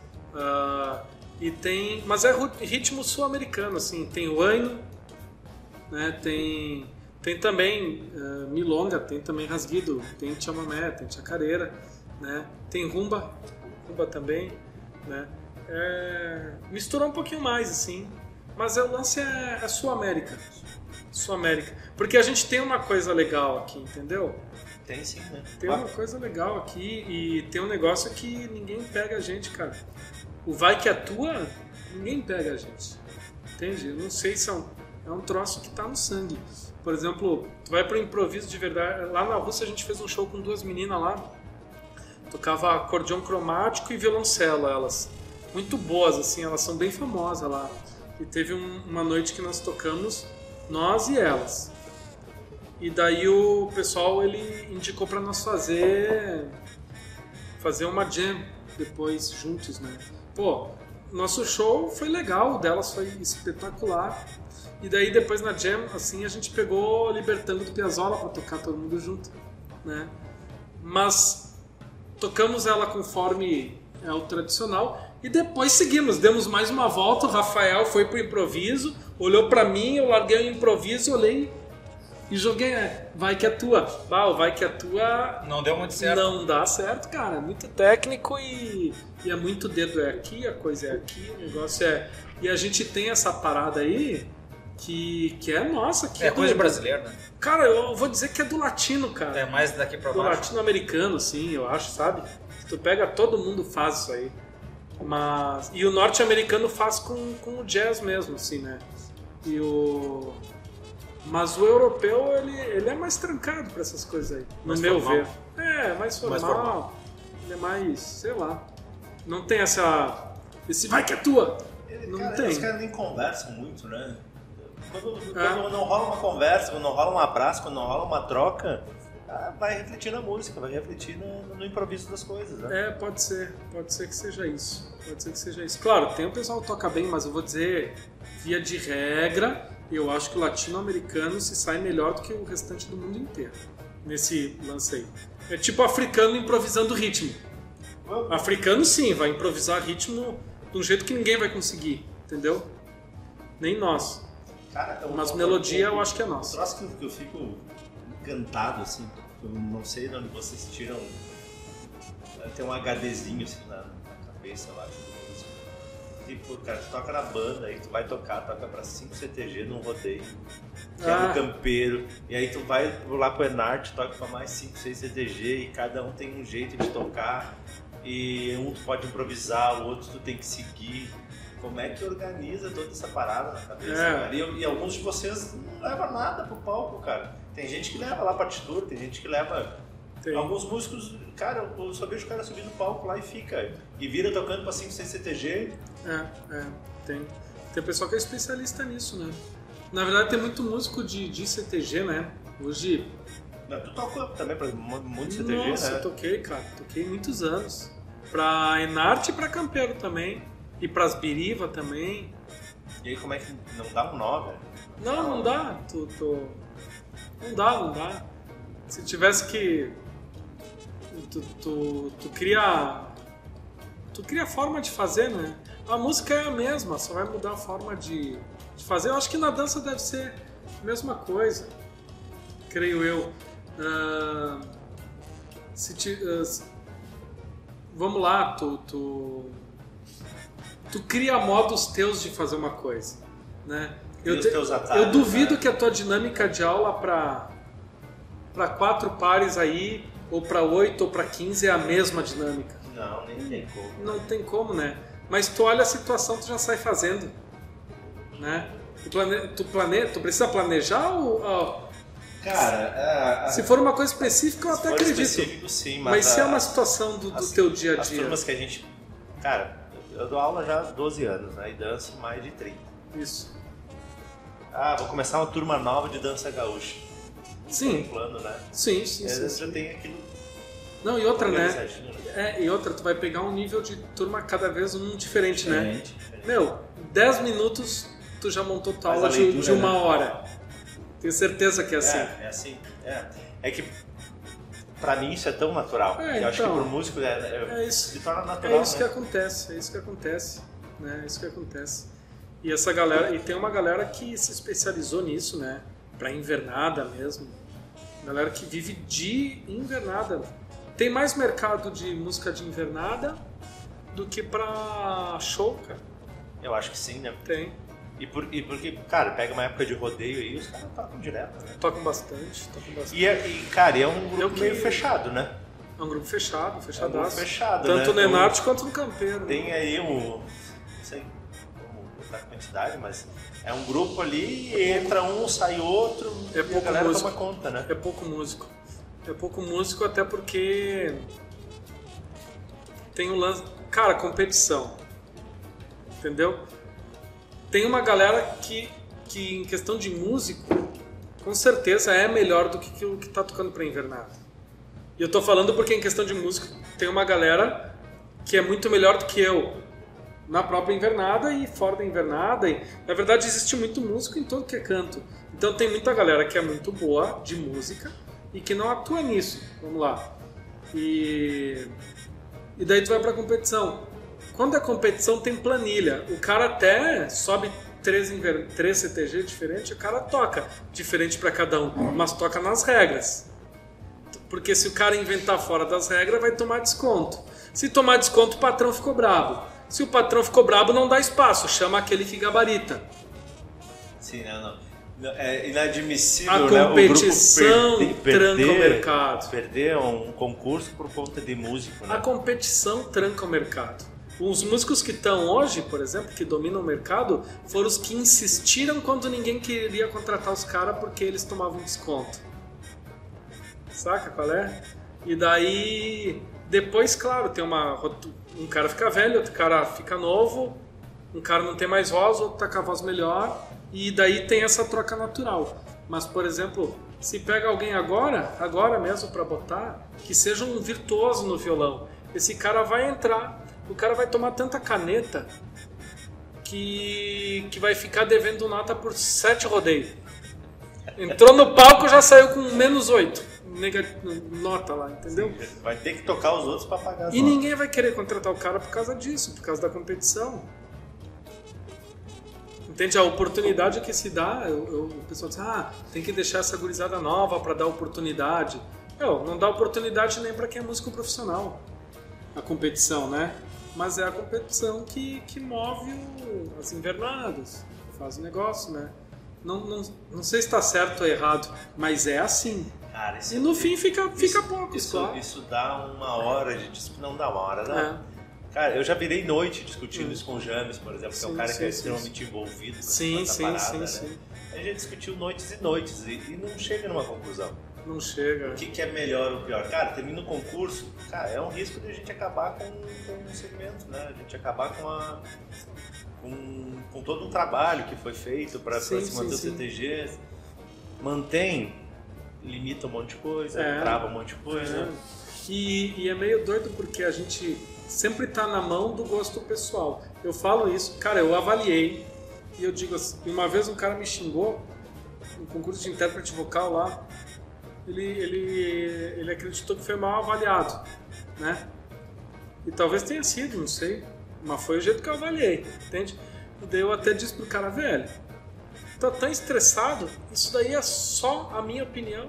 Mas é ritmo sul-americano, assim. Tem o Huayno, né? Tem também milonga, tem também rasguido, tem chamamé, tem chacareira, né? Tem rumba também, né? Misturou um pouquinho mais, assim. Mas o lance é Sul-América. Porque a gente tem uma coisa legal aqui, entendeu? Tem sim, né? Tem uma coisa legal aqui e tem um negócio que ninguém pega a gente, cara. O vai que atua, ninguém pega a gente. Entende? Eu não sei se é um troço que tá no sangue. Por exemplo, tu vai pro improviso de verdade. Lá na Rússia a gente fez um show com 2 meninas lá. Tocava acordeão cromático e violoncelo, elas. Muito boas, assim, elas são bem famosas lá. E teve uma noite que nós tocamos, nós e elas. E daí o pessoal, ele indicou pra nós fazer uma jam depois, juntos, né? Pô, nosso show foi legal, o delas foi espetacular. E daí depois na jam, assim, a gente pegou Libertando do Piazzolla pra tocar todo mundo junto, né? Mas tocamos ela conforme é o tradicional e depois seguimos, demos mais uma volta, o Rafael foi pro improviso, olhou pra mim, eu larguei o improviso, olhei E joguei, vai que é tua. Bah, o vai que é tua Não deu muito certo. não dá certo, cara. É muito técnico e é muito dedo é aqui, a coisa é aqui, o negócio é... E a gente tem essa parada aí que é nossa. Que É coisa de brasileiro, né? Cara, eu vou dizer que é do latino, cara. É mais daqui pra Do baixo. latino-americano, sim, eu acho, sabe? Se tu pega, todo mundo faz isso aí. Mas... E o norte-americano faz com o jazz mesmo, assim, né? Mas o europeu, ele é mais trancado pra essas coisas aí, no Mais meu formal. ver. É, mais formal. Mais formal. Ele é mais, sei lá. Não tem esse vai que é tua. Não Cara, tem. os caras nem conversam muito, né? Quando não rola uma conversa, quando não rola um abraço, quando não rola uma troca, vai refletir na música, vai refletir no improviso das coisas, né? Pode ser que seja isso. Pode ser que seja isso. Claro, tem o pessoal que toca bem, mas eu vou dizer, via de regra, eu acho que o latino-americano se sai melhor do que o restante do mundo inteiro nesse lance aí. É tipo africano improvisando ritmo. Africano sim, vai improvisar ritmo de um jeito que ninguém vai conseguir, entendeu? Nem nós. Cara, Mas melodia eu acho que é nossa. O troço que eu fico encantado, assim, eu não sei de onde vocês tiram. Tem um HDzinho assim na cabeça lá. Tipo, cara, tu toca na banda, aí tu vai toca pra 5 CTG num rodeio, que é no campeiro, e aí tu vai lá pro Enarte, toca pra mais 5, 6 CTG, e cada um tem um jeito de tocar, e um tu pode improvisar, o outro tu tem que seguir. Como é que organiza toda essa parada na cabeça, cara? E alguns de vocês não levam nada pro palco, cara. Tem gente que leva lá partitura, tem gente que leva... Alguns músicos, cara, eu só vejo o cara subir no palco lá e fica. E vira tocando pra 5, 6 CTG. Tem pessoal que é especialista nisso, né? Na verdade tem muito músico de CTG, né? Hoje... Tu tocou também pra muito CTG, Nossa, né? eu toquei, cara. Toquei muitos anos. Pra Enarte e pra Campeiro também. E pras Biriva também. E aí como é que não dá um nó, velho? Não dá. Não dá. Se tivesse que... Tu cria forma de fazer, né? A música é a mesma, só vai mudar a forma de fazer. Eu acho que na dança deve ser a mesma coisa, creio eu. Vamos lá, tu cria modos teus de fazer uma coisa, né? Eu duvido que a tua dinâmica de aula para 4 pares aí, ou para 8 ou para 15 é a mesma dinâmica. Não, nem tem como. Não tem como, né? Mas tu olha a situação, tu já sai fazendo, né? Tu precisa planejar ou... Cara, se for uma coisa específica, eu até acredito. Específico, sim, mas se é uma situação do teu dia a dia. As turmas que a gente... Cara, eu dou aula já há 12 anos, né? E danço mais de 30. Isso. Vou começar uma turma nova de dança gaúcha. Sim. Tem plano, né? Sim. Já tem aquilo. Não, e outra, né? Né? E outra, tu vai pegar um nível de turma cada vez diferente, né? Meu, 10 minutos tu já montou tua aula de 1 hora. Tenho certeza que é assim. É assim. É que pra mim isso é tão natural. Eu acho que pro músico se torna natural. É isso que acontece. Né? É isso que acontece. E essa galera, e tem uma galera que se especializou nisso, né? Pra invernada mesmo. Galera que vive de invernada. Tem mais mercado de música de invernada do que pra show, cara. Eu acho que sim, né? Tem. E porque, cara, pega uma época de rodeio aí, os caras tocam direto, né? Tocam bastante. Cara, é um grupo meio fechado, né? É um grupo fechado, fechadaço. É um grupo fechado, tanto né? no Enarte quanto no Campeiro. Tem aí não sei como botar a quantidade, mas é um grupo ali, entra um, sai outro, e a galera toma conta, né? É pouco músico até porque tem um lance... Cara, competição. Entendeu? Tem uma galera que em questão de músico, com certeza é melhor do que o que tá tocando pra invernada. E eu tô falando porque em questão de música tem uma galera que é muito melhor do que eu na própria invernada e fora da invernada. E, na verdade, existe muito músico em todo que é canto. Então tem muita galera que é muito boa de música e que não atua nisso. Vamos lá. E daí tu vai pra competição. Quando é competição tem planilha. O cara até sobe três CTG diferentes, o cara toca diferente para cada um, mas toca nas regras. Porque se o cara inventar fora das regras, vai tomar desconto. Se tomar desconto, o patrão ficou brabo. Se o patrão ficou brabo, não dá espaço, chama aquele que gabarita. Sim, não. É inadmissível, a né? competição tranca o mercado. Perder um concurso por conta de músico, né? A competição tranca o mercado. Os músicos que estão hoje, por exemplo, que dominam o mercado, foram os que insistiram quando ninguém queria contratar os caras porque eles tomavam desconto. Saca qual é? E daí, depois, claro, tem um cara fica velho, outro cara fica novo, um cara não tem mais voz, outro tá com a voz melhor, e daí tem essa troca natural. Mas, por exemplo, se pega alguém agora mesmo para botar, que seja um virtuoso no violão, esse cara vai entrar, o cara vai tomar tanta caneta que vai ficar devendo nota por 7 rodeios. Entrou no palco, já saiu com -8. Nota lá, entendeu? Sim, vai ter que tocar os outros para pagar as E notas. ninguém vai querer contratar o cara por causa disso, por causa da competição. Entende? A oportunidade que se dá, o pessoal diz, tem que deixar essa gurizada nova para dar oportunidade. Não dá oportunidade nem para quem é músico profissional. A competição, né? Mas é a competição que move as invernadas, faz o negócio, né? Não sei se está certo ou errado, mas é assim. Cara, E no fim fica pouco só. Isso dá uma hora de discussão. Não dá uma hora, né? Cara, eu já virei noite discutindo isso com o James, por exemplo, que é um cara que é extremamente envolvido com essa parada, né? A gente discutiu noites e noites e não chega numa conclusão. Não chega. O que é melhor ou pior? Cara, termina o concurso, cara, é um risco de a gente acabar com o segmento, né? A gente acabar com todo um trabalho que foi feito para se manter os CTGs. Limita um monte de coisa, trava um monte de coisa. E é meio doido porque a gente sempre tá na mão do gosto pessoal. Eu falo isso, cara, eu avaliei e eu digo assim, uma vez um cara me xingou no concurso de intérprete vocal lá, ele acreditou que foi mal avaliado, né? E talvez tenha sido, não sei, mas foi o jeito que eu avaliei, entende? E daí eu até disse pro cara, velho, tá tão estressado, isso daí é só a minha opinião.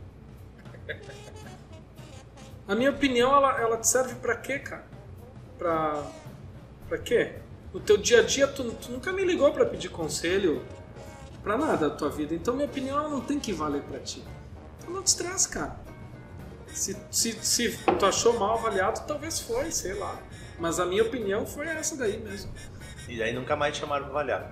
A minha opinião, ela te serve pra quê, cara? Pra quê? No teu dia a dia, tu nunca me ligou pra pedir conselho pra nada da tua vida. Então minha opinião ela não tem que valer pra ti. Então não te estressa, cara. Se tu achou mal avaliado, talvez foi, sei lá. Mas a minha opinião foi essa daí mesmo. E aí nunca mais te chamaram pra avaliar.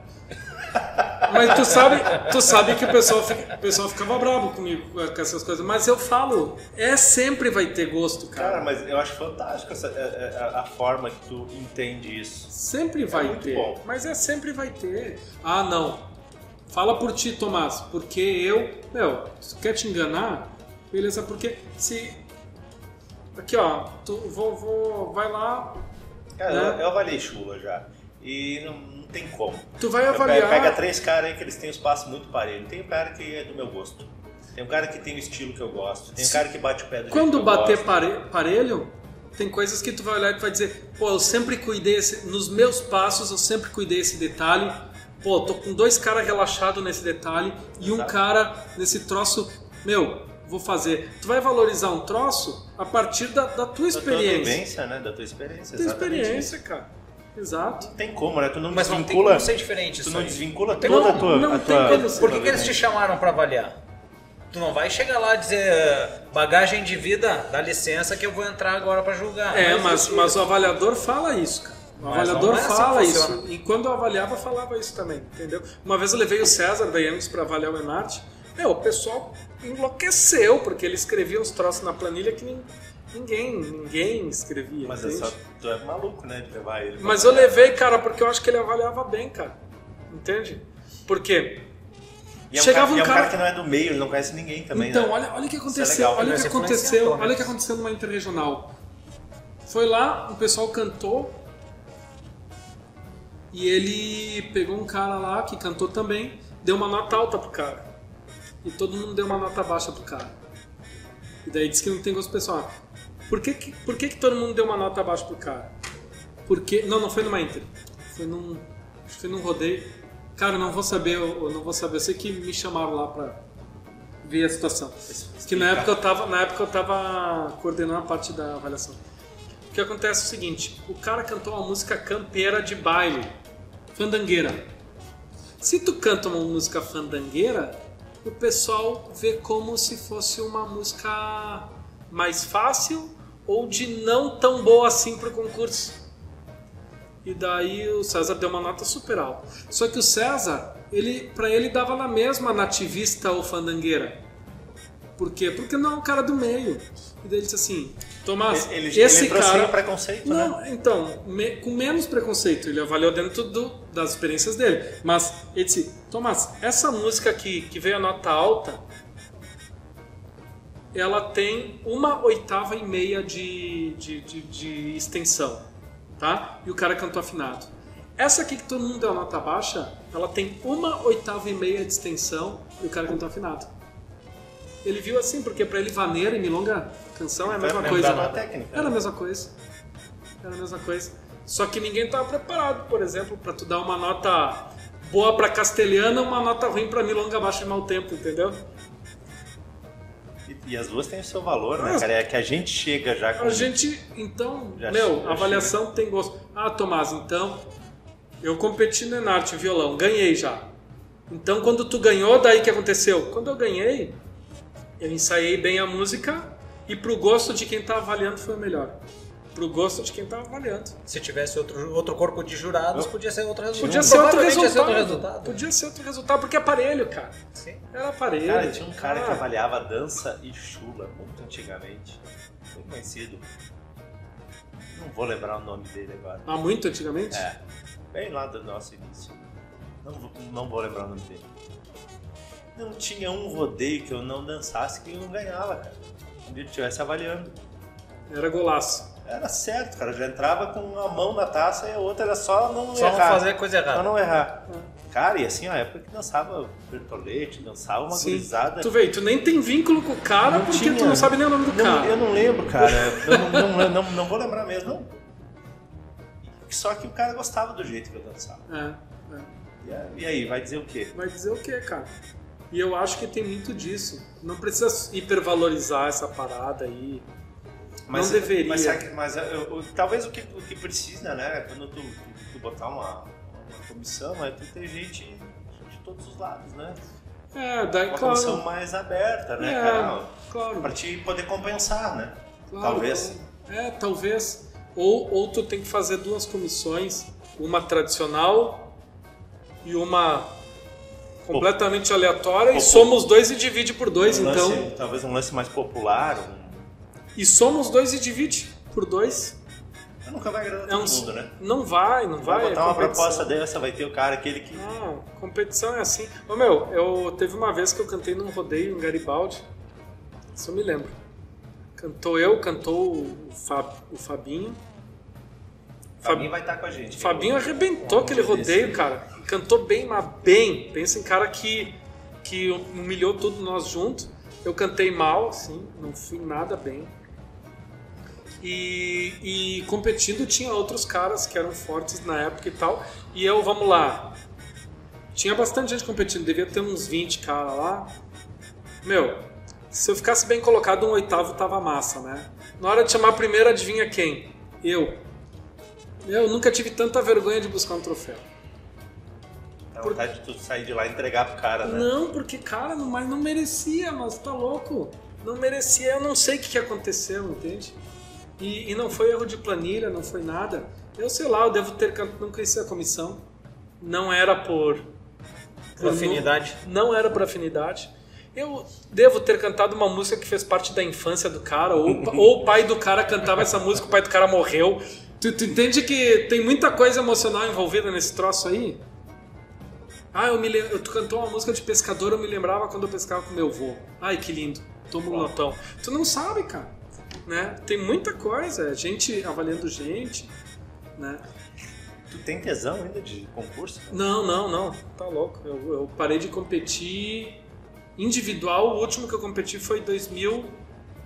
Mas tu sabe que o pessoal ficava bravo comigo com essas coisas. Mas eu falo, sempre vai ter gosto, cara. Cara, mas eu acho fantástico a forma que tu entende isso. Sempre vai muito ter. Bom. Mas sempre vai ter. Ah, não. Fala por ti, Tomás. Porque se tu quer te enganar, beleza, porque se... Aqui, ó, vai lá... Cara, eu avaliei chula já. E não tem como. Tu vai avaliar... Pega 3 caras aí que eles têm um espaço muito parelho. Tem um cara que é do meu gosto. Tem um cara que tem o estilo que eu gosto. Tem um cara que bate o pé do jeito que eu Quando bater gosto. parelho, tem coisas que tu vai olhar e tu vai dizer, pô, eu sempre cuidei nos meus passos, eu sempre cuidei esse detalhe. Pô, tô com 2 caras relaxados nesse detalhe e um cara nesse troço, vou fazer. Tu vai valorizar um troço a partir da tua experiência. Da tua vivência, né? Da tua experiência. Da tua experiência, cara. Exato. Não tem como, né? Tu não Mas desvincula. não tem como ser diferente. Tu isso não aí. desvincula tem toda como. a tua. Por que eles te chamaram pra avaliar? Tu não vai chegar lá e dizer bagagem de vida, dá licença que eu vou entrar agora pra julgar. Mas o avaliador fala isso, cara. O avaliador fala assim isso. E quando eu avaliava, falava isso também, entendeu? Uma vez eu levei o César da Youngs pra avaliar o Enarte. O pessoal enlouqueceu, porque ele escrevia uns troços na planilha que ninguém escrevia. Mas tu é maluco, né? De levar ele. Mas eu levei, cara, porque eu acho que ele avaliava bem, cara. Entende? Porque... E é um cara que não é do meio, ele não conhece ninguém também. Então, né? olha o que aconteceu. Olha o que aconteceu numa interregional. Foi lá, o pessoal cantou e ele pegou um cara lá que cantou também, deu uma nota alta pro cara. E todo mundo deu uma nota baixa pro cara. E daí disse que não tem gosto pessoal. Por que todo mundo deu uma nota baixa pro cara? Porque... Não foi numa Inter. Foi num rodeio. Cara, eu não vou saber, eu sei que me chamaram lá pra ver a situação. Que na época eu tava coordenando a parte da avaliação. O que acontece é o seguinte, o cara cantou uma música campeira de baile, fandangueira. Se tu canta uma música fandangueira, o pessoal vê como se fosse uma música mais fácil ou de não tão boa assim pro concurso. E daí o César deu uma nota super alta. Só que o César, pra ele dava na mesma nativista ou fandangueira. Por quê? Porque não é um cara do meio. E daí ele disse assim, Tomás, esse cara... preconceito, não, né? Então, com menos preconceito. Ele avaliou dentro das experiências dele. Mas ele disse, Tomás, essa música aqui, que veio a nota alta, ela tem 1/8 de extensão, tá? E o cara cantou afinado. Essa aqui que todo mundo deu a nota baixa, ela tem 1/8 de extensão e o cara cantou afinado. Ele viu assim, porque pra ele vaneira e milonga canção é a mesma coisa. Era a mesma coisa. Era a mesma coisa. Só que ninguém estava preparado, por exemplo, pra tu dar uma nota boa pra castelhana, uma nota ruim pra milonga abaixo de mau tempo, entendeu? E as duas têm o seu valor, né, cara? É que a gente chega já com... A gente, então, a avaliação tem gosto. Ah, Tomás, então, eu competi no Enarte violão, ganhei já. Então, quando tu ganhou, daí que aconteceu? Quando eu ganhei, eu ensaiei bem a música e pro gosto de quem tá avaliando foi o melhor. Pro gosto de quem tá avaliando. Se tivesse outro corpo de jurados, podia ser outro resultado. Podia ser outro resultado. Podia ser outro resultado, porque é aparelho, cara. Sim. Era aparelho. Cara, tinha um cara que avaliava dança e chula muito antigamente. Muito conhecido. Não vou lembrar o nome dele agora. Ah, muito antigamente? É. Bem lá do nosso início. Não vou lembrar o nome dele. Não tinha um rodeio que eu não dançasse que eu não ganhava, cara. Quando ele estivesse avaliando. Era golaço. Era certo, cara. Eu já entrava com a mão na taça e a outra era só não errar. Só não fazer a coisa errada. Só não errar. Cara, e assim, a época que dançava Bertolete, dançava uma gurizada. Tu vê, tu nem tem vínculo com o cara não porque tinha, tu não sabe nem o nome do cara. Eu não lembro, cara. Eu não vou lembrar mesmo, não. Só que o cara gostava do jeito que eu dançava. E aí, vai dizer o quê? Vai dizer o quê, cara? E eu acho que tem muito disso. Não precisa hipervalorizar essa parada aí. Não deveria. Mas talvez o que precisa, né? Quando tu botar uma comissão, é tu ter gente de todos os lados, né? Daí, uma claro. comissão mais aberta, né, cara? Claro. Pra te poder compensar, né? Claro. Talvez. Talvez. Ou tu tem que fazer duas comissões, uma tradicional e uma completamente aleatória, e somos dois e divide por dois, então. Talvez um lance mais popular. E somos dois e divide por dois. Nunca vai agradar todo mundo, né? Não vai. Vai botar uma proposta dessa, vai ter o cara, aquele que... Não, competição é assim. Teve uma vez que eu cantei num rodeio em Garibaldi, isso eu me lembro. Cantou o Fabinho. Fabinho vai estar com a gente. O Fabinho arrebentou aquele rodeio, cara. Cantou bem, mas bem. Pensa em cara que humilhou tudo nós juntos. Eu cantei mal, assim, não fui nada bem. E competindo tinha outros caras que eram fortes na época e tal. E eu, vamos lá, tinha bastante gente competindo, devia ter uns 20 caras lá. Se eu ficasse bem colocado, um oitavo tava massa, né? Na hora de chamar a primeira, adivinha quem? Eu nunca tive tanta vergonha de buscar um troféu. Dá vontade de tu sair de lá e entregar pro cara, né? Não, porque, cara, mas não merecia, mas tá louco. Não merecia, eu não sei o que aconteceu, entende? E não foi erro de planilha, não foi nada. Eu sei lá, eu devo ter não conhecia a comissão. Não era por afinidade. Não era por afinidade. Eu devo ter cantado uma música que fez parte da infância do cara, ou o pai do cara cantava essa música, o pai do cara morreu. Tu entende que tem muita coisa emocional envolvida nesse troço aí? Tu cantou uma música de pescador, eu me lembrava quando eu pescava com meu avô. Ai, que lindo. Toma um notão. Tu não sabe, cara. Né? Tem muita coisa. Gente avaliando gente. Né? Tu tem tesão ainda de concurso? Não. Tá louco. Eu parei de competir individual. O último que eu competi foi em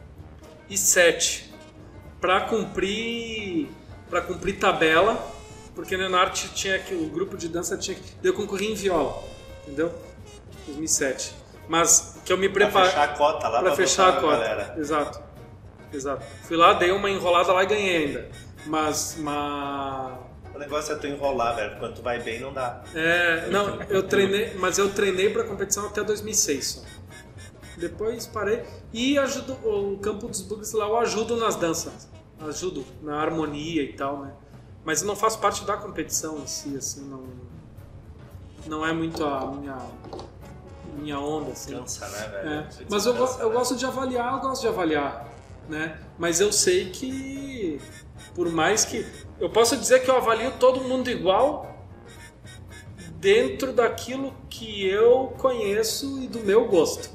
2007. Pra cumprir tabela. Porque na arte tinha que o grupo de dança tinha que... Eu concorri em viola, entendeu? 2007. Mas que eu me preparei... Pra fechar a cota lá. Pra fechar a cota, galera. exato. Fui lá, dei uma enrolada lá e ganhei ainda. Mas... O negócio é tu enrolar, velho. Quando tu vai bem, não dá. Não, eu treinei pra competição até 2006 só. Depois parei e ajudo o Campo dos Bugs lá, eu ajudo nas danças. Ajudo na harmonia e tal, né? Mas eu não faço parte da competição em si, assim, não é muito a minha onda, assim. Cansa, né, velho? Mas eu gosto de avaliar, né? Mas eu sei que, por mais que... Eu posso dizer que eu avalio todo mundo igual dentro daquilo que eu conheço e do meu gosto.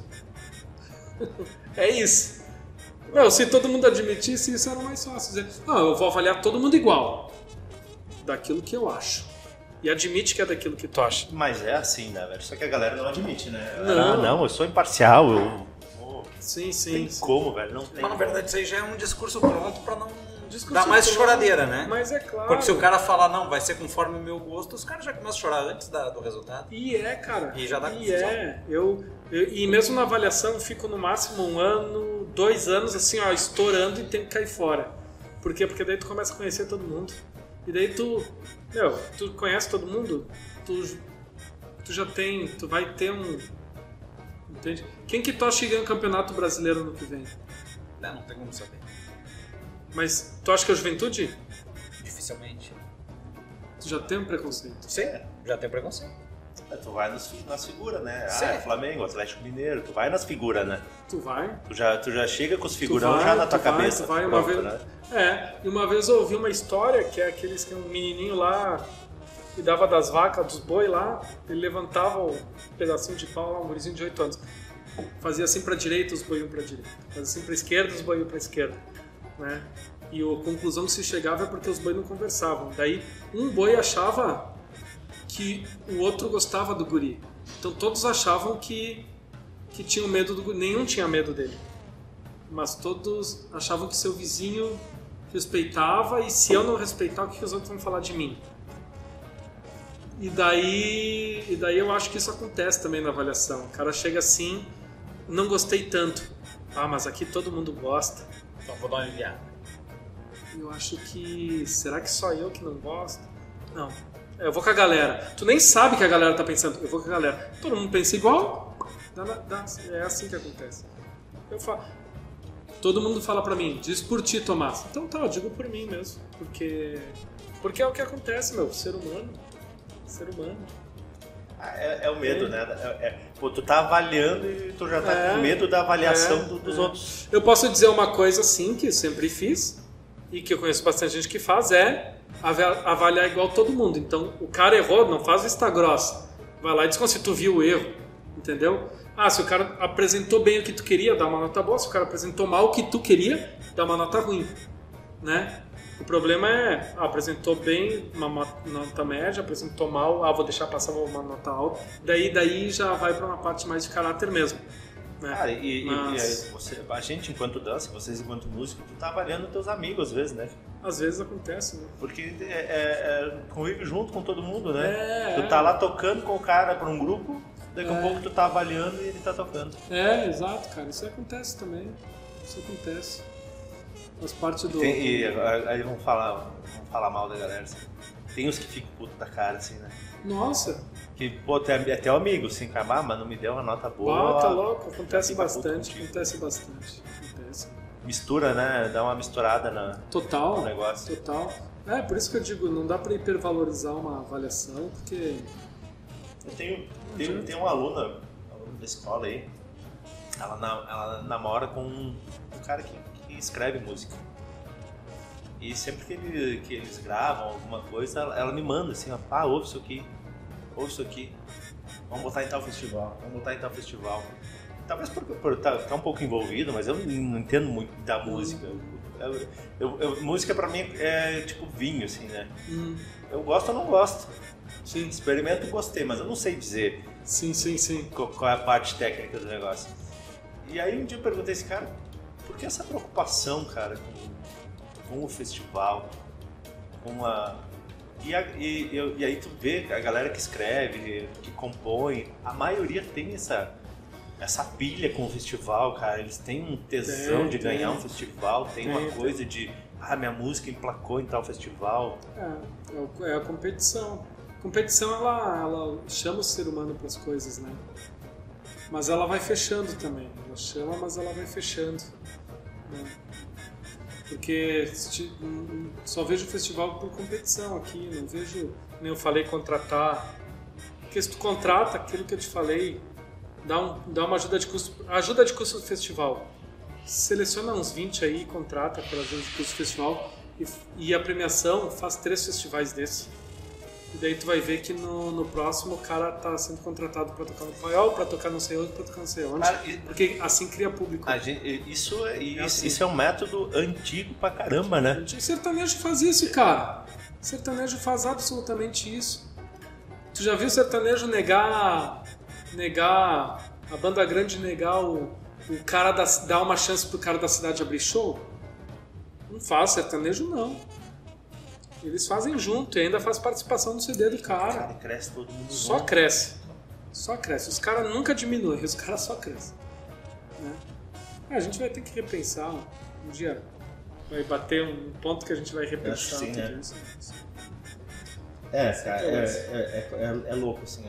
É isso. Se todo mundo admitisse isso, era mais fácil dizer, eu vou avaliar todo mundo igual daquilo que eu acho. E admite que é daquilo que tu acha. Mas é assim, né, velho? Só que a galera não admite, né? Não, eu sou imparcial, Sim. Tem como, velho? Não tem. Mas na verdade isso aí já é um discurso pronto pra não dar mais choradeira, né? Mas é claro. Porque se o cara falar, não, vai ser conforme o meu gosto, os caras já começam a chorar antes do resultado. Cara. E já dá confusão. E mesmo na avaliação eu fico no máximo 1 ano, 2 anos, assim, estourando e tenho que cair fora. Por quê? Porque daí tu começa a conhecer todo mundo. E daí tu conhece todo mundo, tu vai ter um... Entende? Quem que tu acha que ganha o Campeonato Brasileiro no que vem? Não tem como saber. Mas tu acha que é a Juventude? Dificilmente. Tu já tem um preconceito. Sim, já tem preconceito. Tu vai nas figuras, né? Sim. Flamengo, Atlético Mineiro, tu vai nas figuras, né? Tu vai. Tu já chega com os figurão já na tua cabeça. Tu vai, pronto, uma vez, né? E uma vez eu ouvi uma história que é aqueles que um menininho lá cuidava das vacas, dos boi lá, ele levantava um pedacinho de pau lá, um gurizinho de 8 anos. Fazia assim pra direita, os boi iam pra direita. Fazia assim pra esquerda, os boi iam pra esquerda. Né? E a conclusão que se chegava é porque os boi não conversavam. Daí um boi achava que o outro gostava do guri. Então todos achavam que tinham medo do guri. Nenhum tinha medo dele. Mas todos achavam que seu vizinho respeitava, e se eu não respeitar, o que os outros vão falar de mim? E daí eu acho que isso acontece também na avaliação. O cara chega assim, não gostei tanto. Mas aqui todo mundo gosta. Então vou dar uma aliviada. Eu acho que... Será que só eu que não gosto? Não. Eu vou com a galera. Tu nem sabe o que a galera tá pensando. Eu vou com a galera. Todo mundo pensa igual. É assim que acontece. Eu falo... Todo mundo fala pra mim, diz por ti, Tomás. Então tá, eu digo por mim mesmo. Porque é o que acontece, meu. Ser humano. É o medo, né? Pô, tu tá avaliando e tu já tá com medo da avaliação dos outros. Eu posso dizer uma coisa assim, que eu sempre fiz, e que eu conheço bastante gente que faz, é avaliar igual todo mundo. Então, o cara errou, não faz vista grossa. Vai lá e diz como se tu viu o erro, entendeu? Se o cara apresentou bem o que tu queria, dá uma nota boa. Se o cara apresentou mal o que tu queria, dá uma nota ruim, né? O problema é, apresentou bem uma nota média, apresentou mal, vou deixar passar uma nota alta. Daí já vai para uma parte mais de caráter mesmo. Né? A gente enquanto dança, vocês enquanto músico, tu tá avaliando teus amigos às vezes, né? Às vezes acontece, né? Porque convive junto com todo mundo, né? Tu tá lá tocando com o cara para um grupo, daqui a pouco tu tá avaliando e ele tá tocando. Exato, cara. Isso acontece também. Isso acontece. Faz parte do... Aí vamos falar mal da galera, assim. Tem uns que ficam putos da cara, assim, né? Nossa! Que, pô, até o amigo, assim, mas não me deu uma nota boa. Tá louco, acontece bastante. Mistura, né? Dá uma misturada no negócio. Total. Por isso que eu digo, não dá pra hipervalorizar uma avaliação, porque... Eu tenho uma aluna da escola aí, ela namora com um cara que escreve música. E sempre que eles gravam alguma coisa, ela me manda assim, ouve isso aqui, vamos botar em tal festival. Talvez por tá um pouco envolvido, mas eu não entendo muito da música. Música pra mim é tipo vinho, assim, né? Eu gosto ou não gosto. Sim. Experimento, gostei, mas eu não sei dizer sim. Qual é a parte técnica do negócio. E aí um dia eu perguntei a esse cara, por que essa preocupação, cara, com o festival, com E aí tu vê a galera que escreve, que compõe, a maioria tem essa pilha com o festival, cara. Eles têm um tesão de ganhar um festival, tem uma coisa de minha música emplacou em tal festival. É a competição. A competição, ela chama o ser humano para as coisas, né? Mas ela vai fechando também. Ela chama, mas ela vai fechando. Né? Porque só vejo o festival por competição aqui, não vejo, nem eu falei, contratar. Porque se tu contrata aquilo que eu te falei, dá uma ajuda de custo. A ajuda de custo do festival. Seleciona uns 20 aí, contrata pela ajuda de custo do festival e a premiação faz 3 festivais desse. E daí tu vai ver que no próximo o cara tá sendo contratado para tocar no paiol, para tocar não sei onde, para tocar não sei onde. Porque assim cria público. Isso é um método antigo pra caramba, né? O sertanejo faz isso, cara. O sertanejo faz absolutamente isso. Tu já viu o sertanejo negar a banda grande negar o cara dar uma chance pro cara da cidade abrir show? Não faz sertanejo, não. Eles fazem junto e ainda faz participação no CD do cara. Cara, cresce todo mundo. Só cresce. Só cresce. Os caras nunca diminuem, os caras só crescem. Né? A gente vai ter que repensar. Um dia vai bater um ponto que a gente vai repensar. Sim, né? Isso. Cara, é louco, assim.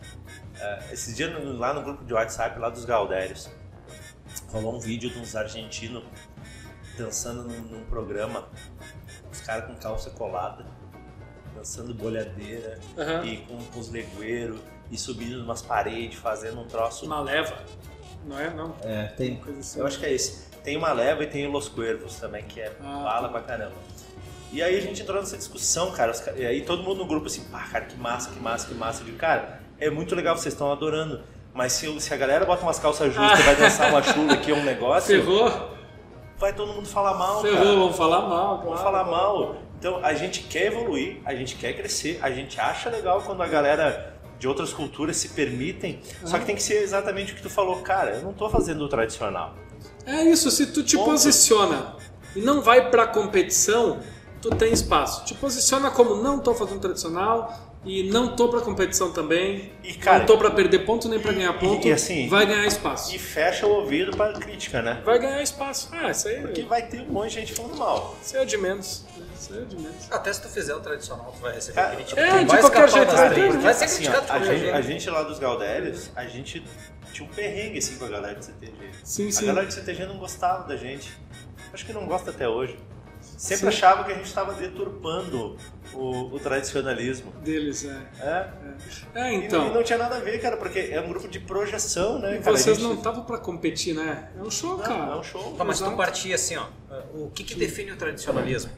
Esses dias lá no grupo de WhatsApp lá dos Galdérios, rolou um vídeo de uns argentinos dançando num programa, os caras com calça colada, dançando bolhadeira e com os legueiros e subindo umas paredes, fazendo um troço. Uma leva, não é? Não. Tem coisa assim. Eu acho que é esse. Tem uma leva e tem o Los Cuervos também, que é bala pra caramba. E aí a gente entrou nessa discussão, cara. E aí todo mundo no grupo assim, cara, que massa. Eu digo, cara, é muito legal, vocês estão adorando. Mas se a galera bota umas calças justas e vai dançar uma chula aqui, é um negócio... Ferrou. Vai todo mundo falar mal, cara. Ferrou, vamos falar mal. Claro. Vamos falar mal. Então a gente quer evoluir, a gente quer crescer, a gente acha legal quando a galera de outras culturas se permitem. Só que tem que ser exatamente o que tu falou, cara, eu não tô fazendo o tradicional. É isso, se tu te posiciona e não vai pra competição, tu tem espaço. Te posiciona como não tô fazendo tradicional e não tô pra competição também, e, cara, não tô pra perder ponto nem pra ganhar ponto, e assim, vai ganhar espaço. E fecha o ouvido pra crítica, né? Vai ganhar espaço. Isso aí. Porque vai ter um monte de gente falando mal. Isso é o de menos. Até se tu fizer o tradicional, tu vai receber crítica. De qualquer jeito. Vai ser criticado de qualquer jeito. A gente lá dos Galdérios, a gente tinha um perrengue assim com a galera de CTG. Sim. A galera de CTG não gostava da gente. Acho que não gosta até hoje. Sempre achava que a gente estava deturpando o tradicionalismo deles, então. E não tinha nada a ver, cara, porque é um grupo de projeção, né? E cara, vocês não estavam para competir, né? É um show, cara. É um show. Mas tu partia assim, ó. O que define o tradicionalismo?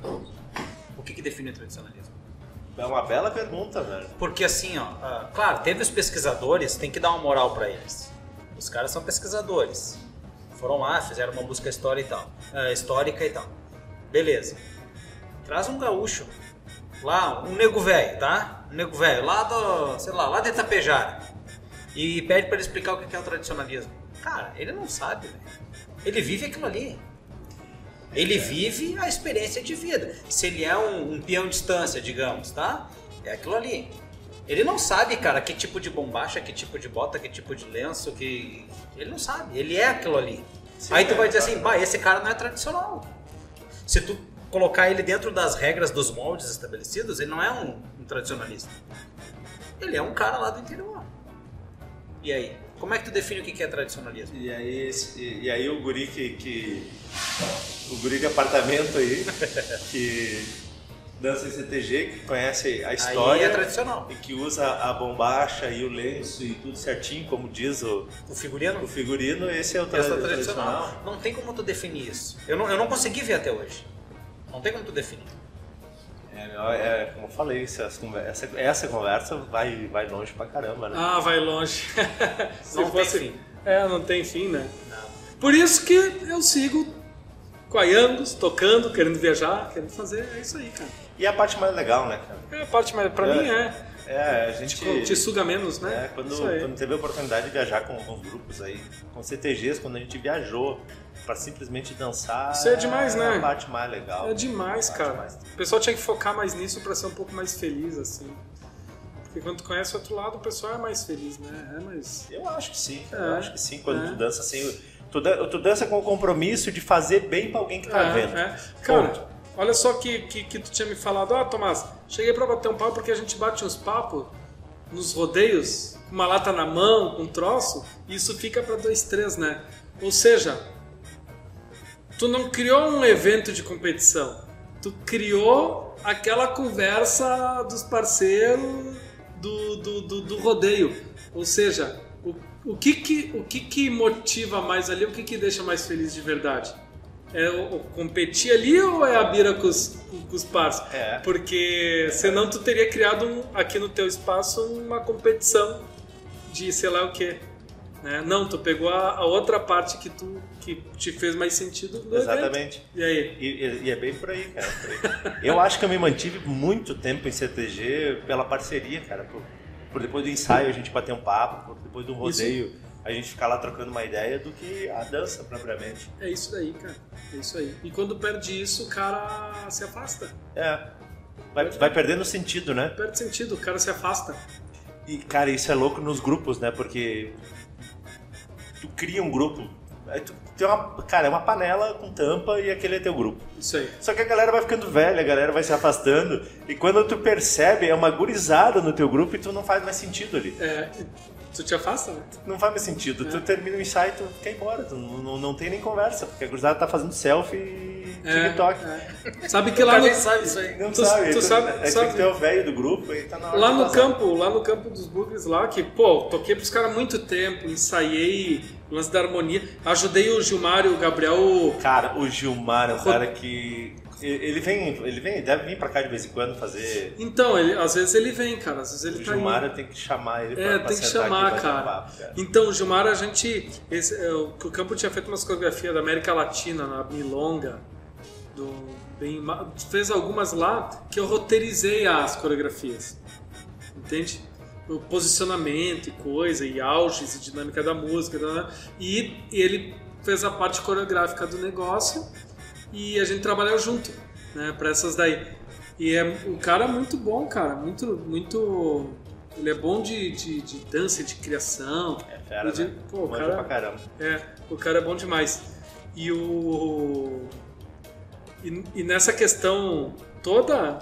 O que define o tradicionalismo? É uma bela pergunta, velho. Porque assim, ó, claro, teve os pesquisadores, tem que dar uma moral para eles. Os caras são pesquisadores. Foram lá, fizeram uma busca histórica e tal. Beleza. Traz um gaúcho. Lá, um nego velho, tá? Um nego velho, lá lá de Itapejara. E pede pra ele explicar o que é o tradicionalismo. Cara, ele não sabe, velho. Ele vive aquilo ali. Ele vive a experiência de vida. Se ele é um peão de distância, digamos, tá? É aquilo ali. Ele não sabe, cara, que tipo de bombacha, que tipo de bota, que tipo de lenço, que... Ele não sabe. Ele é aquilo ali. Sim, aí tu vai dizer assim, esse cara não é tradicional. Se tu colocar ele dentro das regras dos moldes estabelecidos, ele não é um tradicionalista. Ele é um cara lá do interior. E aí? Como é que tu define o que é tradicionalismo? E aí o guri o guri de apartamento aí, que dança em CTG, que conhece a história. Aí é tradicional. E que usa a bombacha e o lenço e tudo certinho, como diz o figurino. O figurino, esse é o tradicional. Não tem como tu definir isso. Eu não consegui ver até hoje. Não tem como tu definir. Como eu falei, essa conversa vai longe pra caramba, né? Vai longe. Não tem fim. Não tem fim, né? Não. Por isso que eu sigo coaiangos, tocando, querendo viajar, querendo fazer, é isso aí, cara. E a parte mais legal, né, cara? A parte mais, pra mim a gente... Te suga menos, né? Quando teve a oportunidade de viajar com alguns grupos aí, com CTGs, quando a gente viajou pra simplesmente dançar. Isso é demais, né? É a parte mais legal. É demais, cara. O pessoal tinha que focar mais nisso pra ser um pouco mais feliz, assim. Porque quando tu conhece o outro lado, o pessoal é mais feliz, né? Eu acho que sim, cara. Eu acho que sim. Quando tu dança assim, tu dança com o compromisso de fazer bem pra alguém que tá vendo. Cara, olha só que tu tinha me falado. Tomás, cheguei pra bater um papo porque a gente bate uns papos nos rodeios, com uma lata na mão, com um troço, e isso fica pra 2, 3, né? Ou seja, tu não criou um evento de competição, tu criou aquela conversa dos parceiros do rodeio. Ou seja, o que motiva mais ali, o que deixa mais feliz de verdade? É o competir ali ou é a bira com os parceiros? Porque senão tu teria criado aqui no teu espaço uma competição de sei lá o quê. Né? Não, tu pegou a outra parte que te fez mais sentido no Exatamente. Evento. E aí? E é bem por aí, cara. Eu acho que eu me mantive muito tempo em CTG pela parceria, cara. Por depois do ensaio a gente bater um papo, por depois do rodeio a gente ficar lá trocando uma ideia, do que a dança propriamente. É isso daí, cara. É isso aí. E quando perde isso, o cara se afasta. Vai perdendo sentido, né? Perde sentido, o cara se afasta. E, cara, isso é louco nos grupos, né? Porque tu cria um grupo, aí tu tem uma panela com tampa e aquele é teu grupo. Isso aí. Só que a galera vai ficando velha, a galera vai se afastando, e quando tu percebe, é uma gurizada no teu grupo e tu não faz mais sentido ali. Tu te afasta, né? Não faz mais sentido. Tu termina o ensaio e tu quer ir embora, tu não tem nem conversa, porque a gurizada tá fazendo selfie e TikTok. Sabe que lá no... sabe isso aí. Não sabe. Tu sabe tem que ter o velho do grupo e tá na hora lá no campo dos bugs lá, que, toquei pros caras há muito tempo, ensaiei o lance da harmonia, ajudei o Gilmar e o Gabriel... Cara, o Gilmar é um cara que... Ele deve vir pra cá de vez em quando fazer... Então, às vezes ele vem, cara, às vezes ele tá... O Gilmar eu tenho que chamar ele pra tem que sentar chamar, aqui, cara. Papo, cara. Então, o Gilmar, o campo tinha feito umas coreografias da América Latina, na Milonga, fez algumas lá que eu roteirizei as coreografias, entende? O posicionamento e coisa, e auges e dinâmica da música, e ele fez a parte coreográfica do negócio e a gente trabalhou junto, né, pra essas daí. E é um cara muito bom, cara, muito... Ele é bom de dança, de criação. É fera, né? O cara, pra caramba. O cara é bom demais. E nessa questão toda,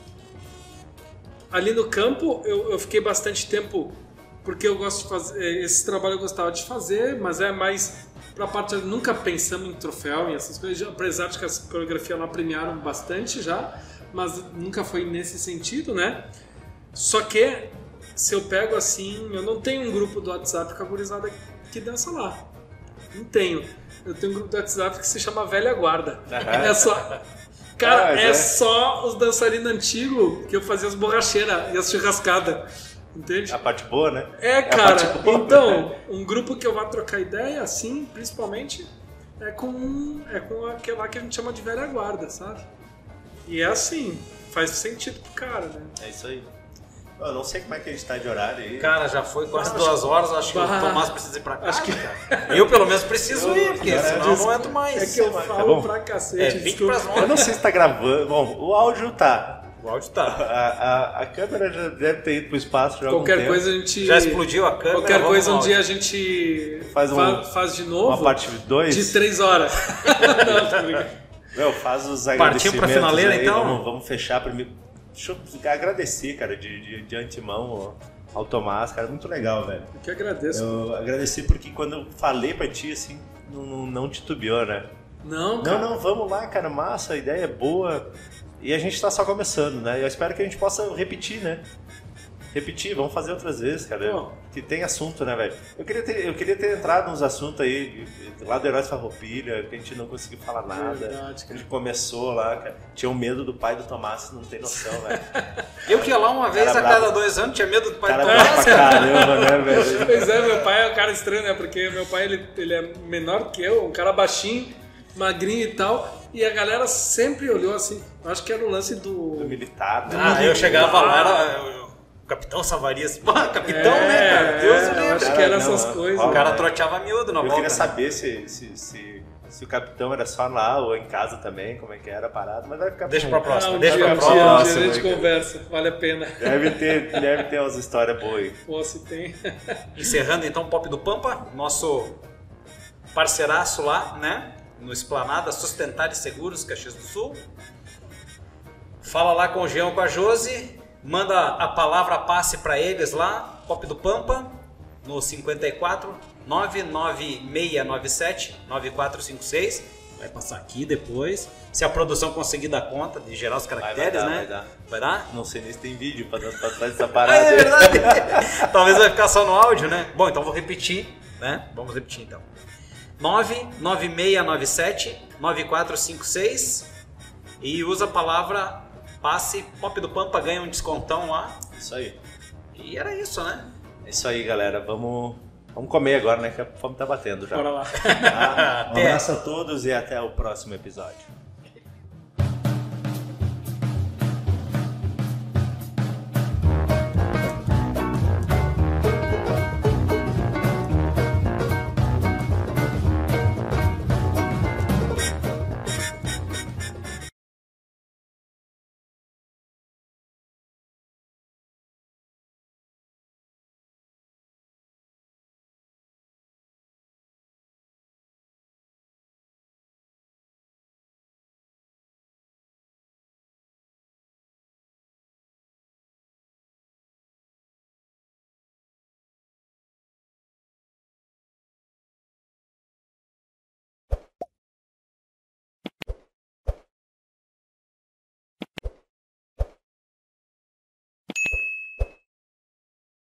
ali no campo, eu fiquei bastante tempo, porque eu gosto de fazer, esse trabalho eu gostava de fazer, mas é mais pra parte, nunca pensamos em troféu e essas coisas, apesar de que as coreografias lá premiaram bastante já, mas nunca foi nesse sentido, né? Só que, se eu pego assim, eu não tenho um grupo do WhatsApp com a gurizada que dança lá. Não tenho. Eu tenho um grupo do WhatsApp que se chama Velha Guarda. É só... Cara, é só os dançarinos antigos que eu fazia as borracheiras e as churrascadas. Entende? A parte boa, né? Cara. Então, um grupo que eu vou trocar ideia, assim, principalmente, é com aquela que a gente chama de Velha Guarda, sabe? E é assim, faz sentido pro cara, né? É isso aí. Eu não sei como é que a gente tá de horário aí. Cara, já foi quase 2 horas, acho que o Tomás precisa ir pra casa. Eu, pelo menos, preciso ir, porque senão eu não entro mais. É que eu falo pra cacete. 20 pras 9. Eu não sei se tá gravando. Bom, o áudio tá. O áudio tá. A câmera já deve ter ido pro espaço já há algum Qualquer tempo. coisa a gente... Já explodiu a câmera. Qualquer coisa um dia a gente faz de novo. Uma parte 2. De 3 horas. Não, tô brincando. Meu, faz os agradecimentos. Partiu pra finaleira, aí, então? Vamos fechar primeiro. Deixa eu agradecer, cara, de antemão ao Tomás, cara, muito legal, velho. Eu que agradeço. Eu agradeci porque quando eu falei pra ti, assim, não titubeou, né? Não, cara. Não, vamos lá, cara, massa, a ideia é boa. E a gente tá só começando, né? Eu espero que a gente possa repetir, né? Vamos fazer outras vezes, cara. Pô. Que tem assunto, né, velho? Eu queria ter entrado nos assuntos aí, lá do Heróis Farroupilha, que a gente não conseguiu falar nada. Verdade, a gente começou lá, cara. Tinha medo do pai do Tomás, não tem noção, velho. Eu que ia lá uma vez a cada 2 anos, tinha medo do pai do Tomás. Pra caramba, né, velho? Pois é, meu pai é um cara estranho, né? Porque meu pai, ele é menor que eu, um cara baixinho, magrinho e tal. E a galera sempre olhou assim, acho que era o lance do militar, né? Eu chegava lá, Capitão Savarias. Mano, capitão, né, cara? Deus o livre. Acho que eram essas coisas. O cara troteava miúdo na Eu volta. queria saber se o capitão era só lá ou em casa também, como é que era a parada, mas vai ficar Deixa pra próxima. Um Deixa dia pra a próxima. gente conversa, vale a pena. Deve ter umas histórias boas aí. Pô, se tem. Encerrando então o Pop do Pampa, nosso parceiraço lá, né? No Esplanada Sustentar e Seguros, Caxias do Sul. Fala lá com o Jean, com a Josi, manda a palavra passe pra eles lá, Pop do Pampa, no 54 99697 9456. Vai passar aqui depois. Se a produção conseguir dar conta de gerar os caracteres, né? Vai dar? Não sei nem se tem vídeo pra trás dessa parada. É verdade. Talvez vai ficar só no áudio, né? Bom, então vou repetir, né? Vamos repetir então. 99697 9456 e usa a palavra passe Pop do Pampa, ganha um descontão lá. Isso aí. E era isso, né? É isso aí, galera. Vamos comer agora, né? Que a fome tá batendo já. Bora lá. Tá? Um abraço a todos e até o próximo episódio.